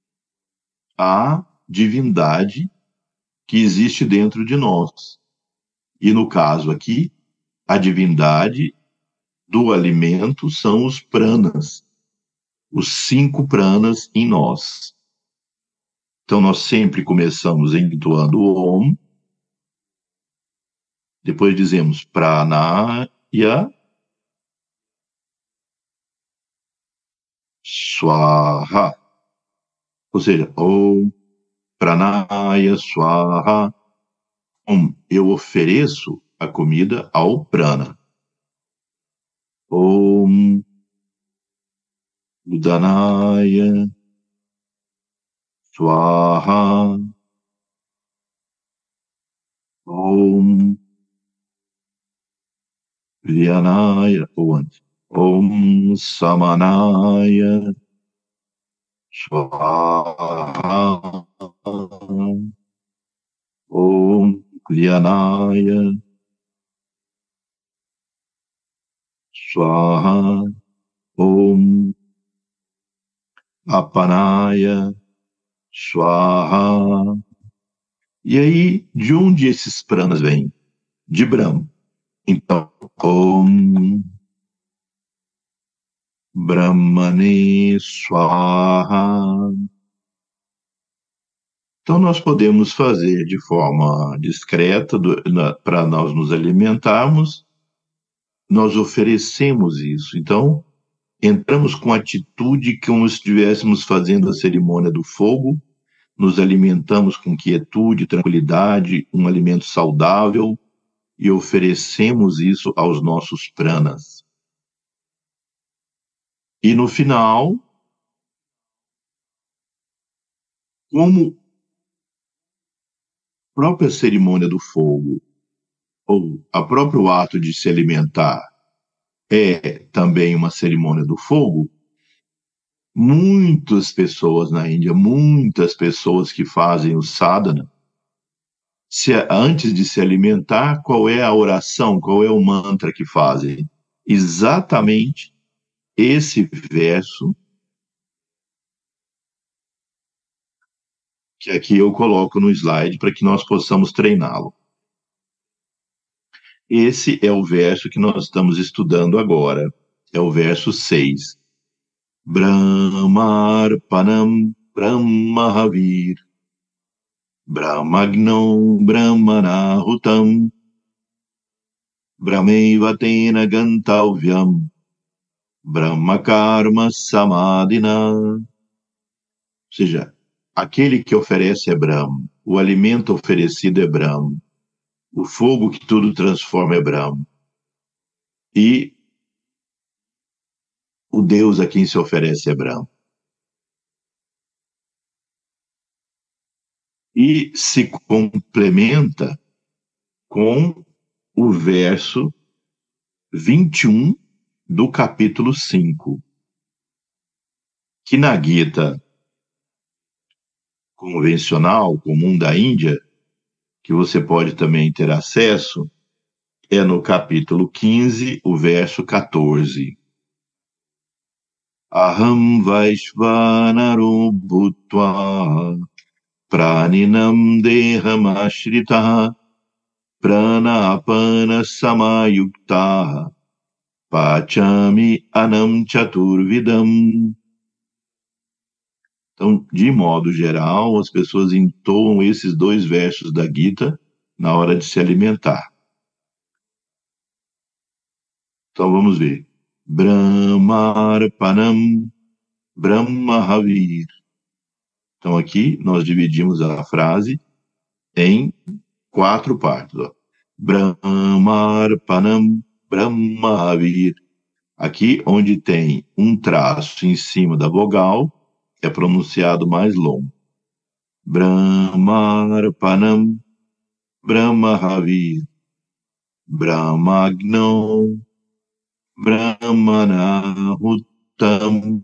à divindade que existe dentro de nós. E no caso aqui, a divindade do alimento são os pranas, os cinco pranas em nós. Então nós sempre começamos entoando o Om, depois dizemos Pranaya, Swaha, ou seja, Om, Pranaya, Swaha, Om, eu ofereço a comida ao prana. Om, Udanaya, Swaha, Om, Vyanaya, ou antes, Om Samanaya, Swaha, Om Vyanaya, Swaha, Om Apanaya, Swaha. E aí, de onde esses pranas vêm? De Brahma. Então, Om Brahmane Swaha. Então, nós podemos fazer de forma discreta, para nós nos alimentarmos, nós oferecemos isso. Então, entramos com atitude como se estivéssemos fazendo a cerimônia do fogo, nos alimentamos com quietude, tranquilidade, um alimento saudável, e oferecemos isso aos nossos pranas. E no final, como a própria cerimônia do fogo, ou o próprio ato de se alimentar, é também uma cerimônia do fogo, muitas pessoas na Índia, muitas pessoas que fazem o sadhana, se, antes de se alimentar, qual é a oração, qual é o mantra que fazem? Exatamente esse verso que aqui eu coloco no slide para que nós possamos treiná-lo. Esse é o verso que nós estamos estudando agora, é o verso seis. Brahmarpanam Brahmahavir Brahmagno Brahmanahutam Brahmeva tena gantavyam Brahmakarma Samadhina. Ou seja, aquele que oferece é Brahma, o alimento oferecido é Brahma, o fogo que tudo transforma é Brahma. E o Deus a quem se oferece é Brahma. E se complementa com o verso vinte e um do capítulo cinco, que na Gita convencional, comum da Índia, que você pode também ter acesso, é no capítulo quinze, o verso quatorze. Aham Vaishvanaro Bhutva Praninam Deham Ashritaha Pranapana Samayuktaha Pachami Anam Chaturvidam. Então, de modo geral, as pessoas entoam esses dois versos da Gita na hora de se alimentar. Então, vamos ver. Brahmarpanam Brahmahavir. Então, aqui nós dividimos a frase em quatro partes. Ó. Brahmarpanam Brahmahavir. Aqui, onde tem um traço em cima da vogal, é pronunciado mais longo. Brahmarpanam Brahmahavir Brahmagno Brahmanahutam.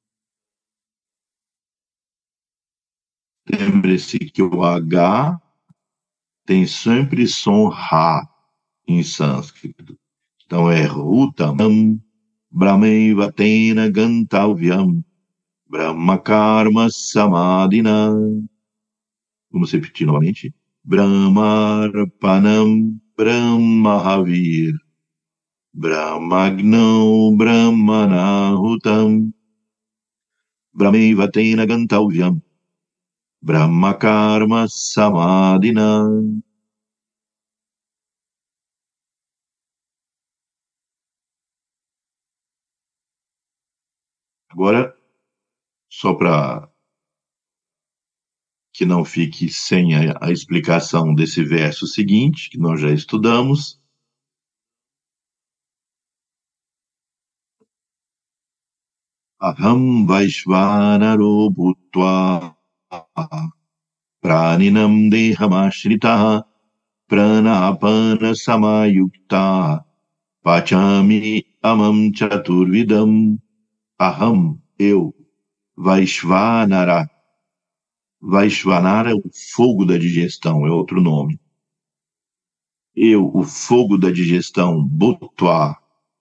Lembre-se que o H tem sempre som Ra em sânscrito. Então é Hutam Brahmeva Tena Gantavyam Brahmakarma Samadhina. Vamos repetir novamente. Brahmarpanam Brahmahavir Brahmagno Brahmanahutam Brahmeva Tena Gantavyam Brahmakarma Samadhina. Agora, só para que não fique sem a, a explicação desse verso seguinte, que nós já estudamos. Aham Vaishvanaro Bhutva Praninam Dehamashritaha Pranapana Samayukta Pachami Amam Chaturvidam. Aham, eu, Vaishvanara. Vaishvanara é o fogo da digestão, é outro nome. Eu, o fogo da digestão, Bhutva,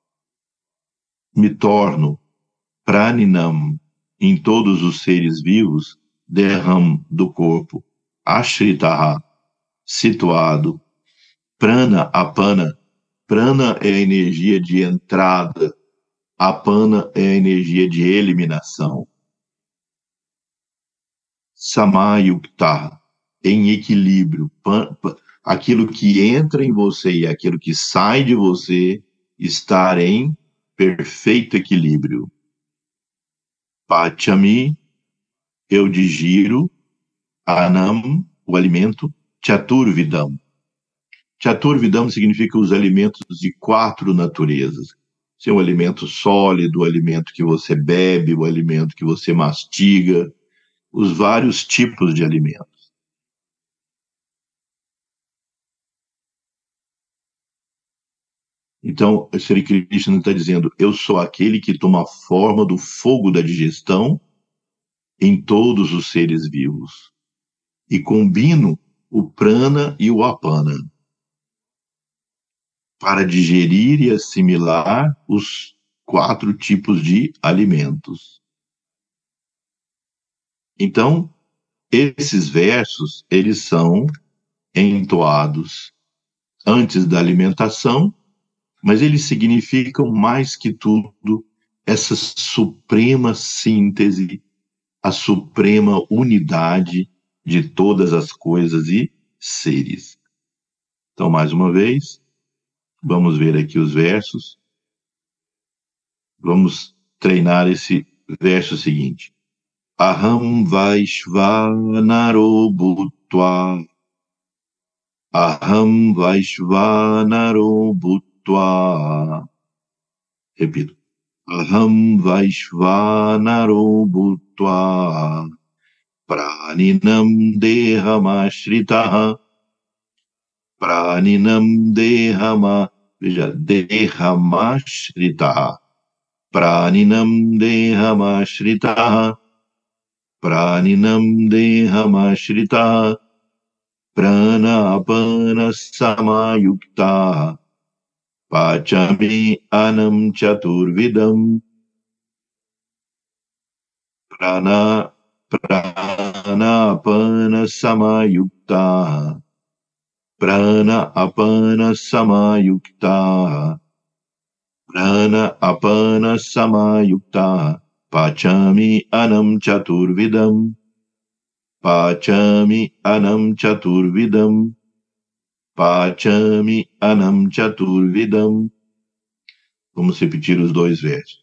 me torno Praninam em todos os seres vivos, Deham do corpo, Ashritaha, situado, Prana, Apana. Prana é a energia de entrada, Apana é a energia de eliminação. Samayukta, em equilíbrio. Aquilo que entra em você e aquilo que sai de você estar em perfeito equilíbrio. Pachami, eu digiro. Anam, o alimento. Chaturvidam. Chaturvidam significa os alimentos de quatro naturezas. Se é um alimento sólido, o alimento que você bebe, o alimento que você mastiga, os vários tipos de alimentos. Então, Sri Krishna está dizendo, eu sou aquele que toma a forma do fogo da digestão em todos os seres vivos. E combino o prana e o apana para digerir e assimilar os quatro tipos de alimentos. Então, esses versos, eles são entoados antes da alimentação, mas eles significam mais que tudo essa suprema síntese, a suprema unidade de todas as coisas e seres. Então, mais uma vez, vamos ver aqui os versos. Vamos treinar esse verso seguinte. Aham Vaishvanaro Bhutva Aham Vaishvanaro Bhutva. Repito. Aham Vaishvanaro Bhutva Praninam Dehamashritah Praninam Dehama, veja, Dehamashritah Praninam Dehamashritah Praninam Dehamashritah Prana Apana Samayukta Pachami Anam Chaturvidam Prana Prana Apana Samayukta Prana Apana Samayukta Prana Apana Samayukta Pachami Anam Chaturvidam Pachami Anam Chaturvidam Pachami Anam Chaturvidam. Vamos repetir os dois versos.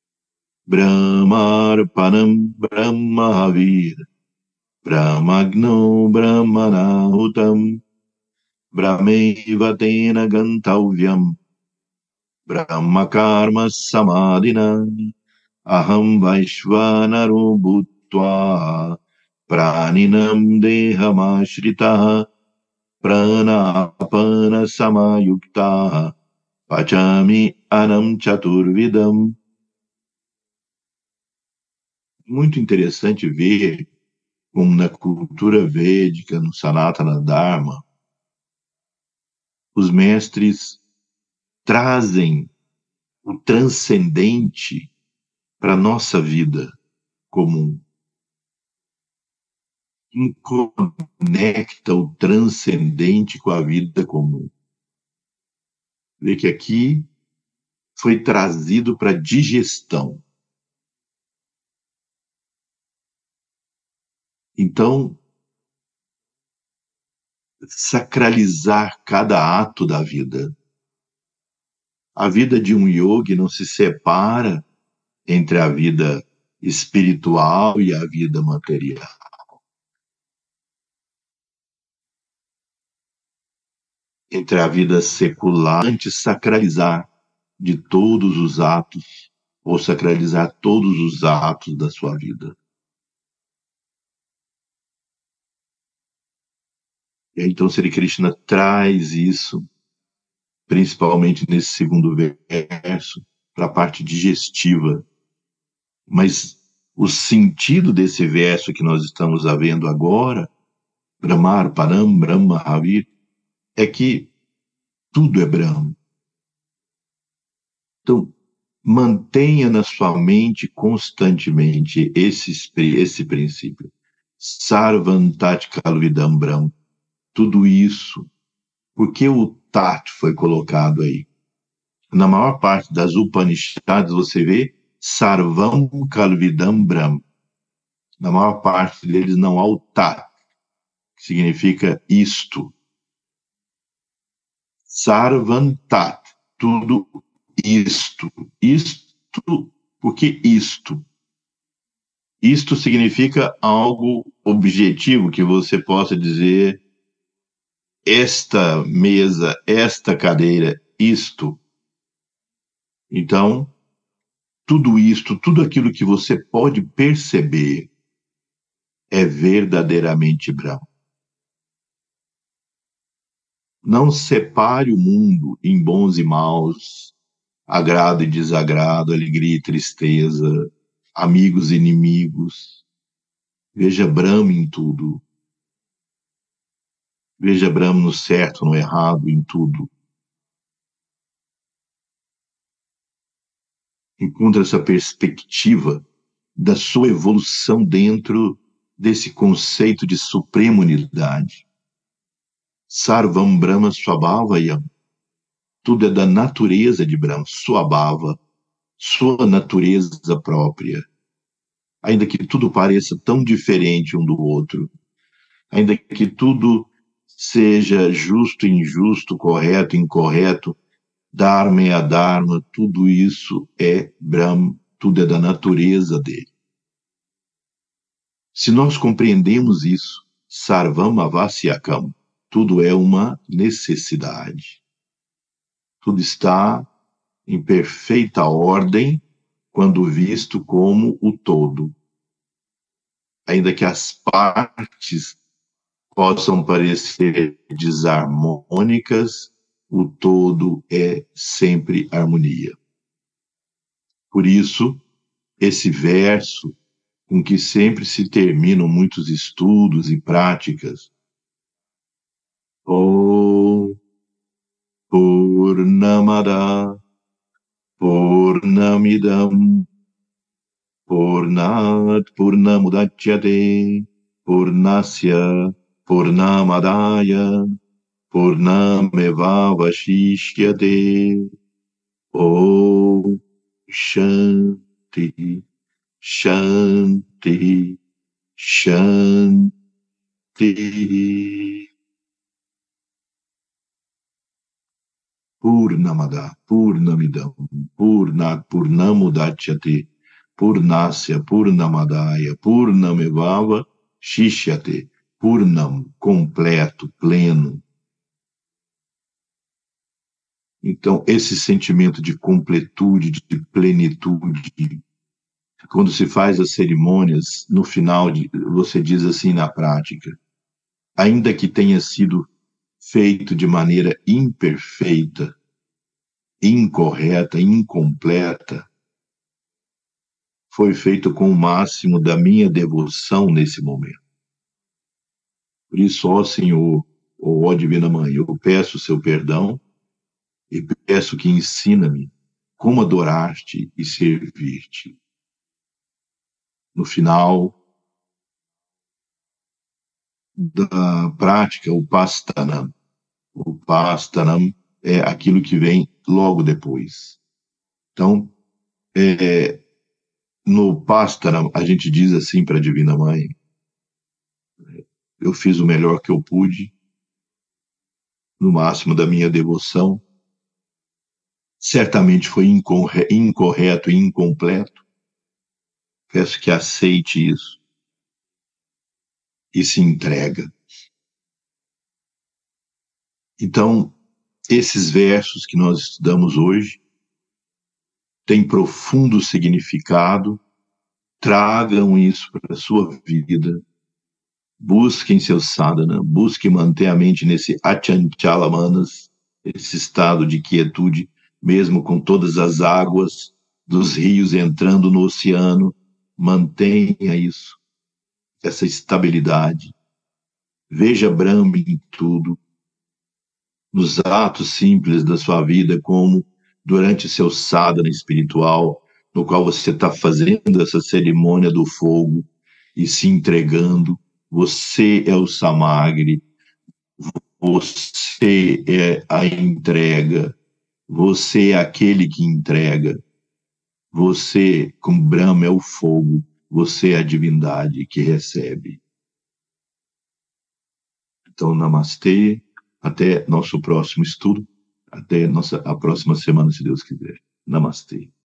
Brahmarpanam Brahmahavir Brahmagno Brahmanahutam Brahmeva Tena Gantavyam Brahmakarma Samadhina Aham Vaishvanaro Bhutva Praninam Dehamashritah Prana Apana Samayukta Pachami Anam Chaturvidam. Muito interessante ver como na cultura védica, no Sanatana Dharma, os mestres trazem o transcendente para a nossa vida comum. Conecta o transcendente com a vida comum. Vê que aqui foi trazido para digestão. Então, sacralizar cada ato da vida. A vida de um yogi não se separa entre a vida espiritual e a vida material. Entre a vida secular, antes sacralizar de todos os atos, ou sacralizar todos os atos da sua vida. E aí, então, Sri Krishna traz isso, principalmente nesse segundo verso, para a parte digestiva. Mas o sentido desse verso que nós estamos vendo agora, Brahmar, Param, Brahma, Havir, é que tudo é Brahma. Então, mantenha na sua mente constantemente esse, esse princípio. Sarvam Tat Kalvidam Brahma. Tudo isso. Por que o Tat foi colocado aí? Na maior parte das Upanishads você vê Sarvam Kalvidam Brahma. Na maior parte deles não há o Tat, que significa isto. Sarvam Tat, tudo isto. Isto, por que isto? Isto significa algo objetivo, que você possa dizer esta mesa, esta cadeira, isto. Então, tudo isto, tudo aquilo que você pode perceber é verdadeiramente Brahma. Não separe o mundo em bons e maus, agrado e desagrado, alegria e tristeza, amigos e inimigos. Veja Brahma em tudo. Veja Brahma no certo, no errado, em tudo. Encontre essa perspectiva da sua evolução dentro desse conceito de suprema unidade. Sarvam Brahma Swabhavayam. Tudo é da natureza de Brahma, Swabhava, sua natureza própria. Ainda que tudo pareça tão diferente um do outro, ainda que tudo seja justo e injusto, correto e incorreto, Dharma e Adharma, tudo isso é Brahma, tudo é da natureza dele. Se nós compreendemos isso, Sarvam Avasyakam, tudo é uma necessidade. Tudo está em perfeita ordem quando visto como o todo. Ainda que as partes possam parecer desarmônicas, o todo é sempre harmonia. Por isso, esse verso, com que sempre se terminam muitos estudos e práticas, Om Purnamada Purnamidam Purnat Purnamudachyate Purnasya Purnamadaya Purnamevavashishyate. Om Shanti Shanti Shanti. Purnamada Purnamidam Purnat Purnamudachyate Purnasya Purnamadaya Purnamevava Shishyate. Purnam, completo, pleno. Então, esse sentimento de completude, de plenitude, quando se faz as cerimônias, no final, de, você diz assim na prática, ainda que tenha sido feito de maneira imperfeita, incorreta, incompleta, foi feito com o máximo da minha devoção nesse momento. Por isso, ó Senhor, ó Divina Mãe, eu peço o seu perdão e peço que ensina-me como adorar-te e servir-te. No final da prática, o Pastanam. O Pastanam é aquilo que vem logo depois. Então, é, no Pastanam, a gente diz assim para a Divina Mãe, eu fiz o melhor que eu pude, no máximo da minha devoção, certamente foi incorreto e incompleto, peço que aceite isso e se entrega. Então, esses versos que nós estudamos hoje têm profundo significado, tragam isso para a sua vida, busquem seu sadhana, busquem manter a mente nesse achantyala manas, esse estado de quietude, mesmo com todas as águas dos rios entrando no oceano, mantenha isso, essa estabilidade. Veja Brahma em tudo, nos atos simples da sua vida, como durante seu sadhana espiritual, no qual você está fazendo essa cerimônia do fogo e se entregando. Você é o Samagri, você é a entrega, você é aquele que entrega, você, como Brahma, é o fogo, você é a divindade que recebe. Então, namastê, até nosso próximo estudo, até nossa, a próxima semana, se Deus quiser. Namastê.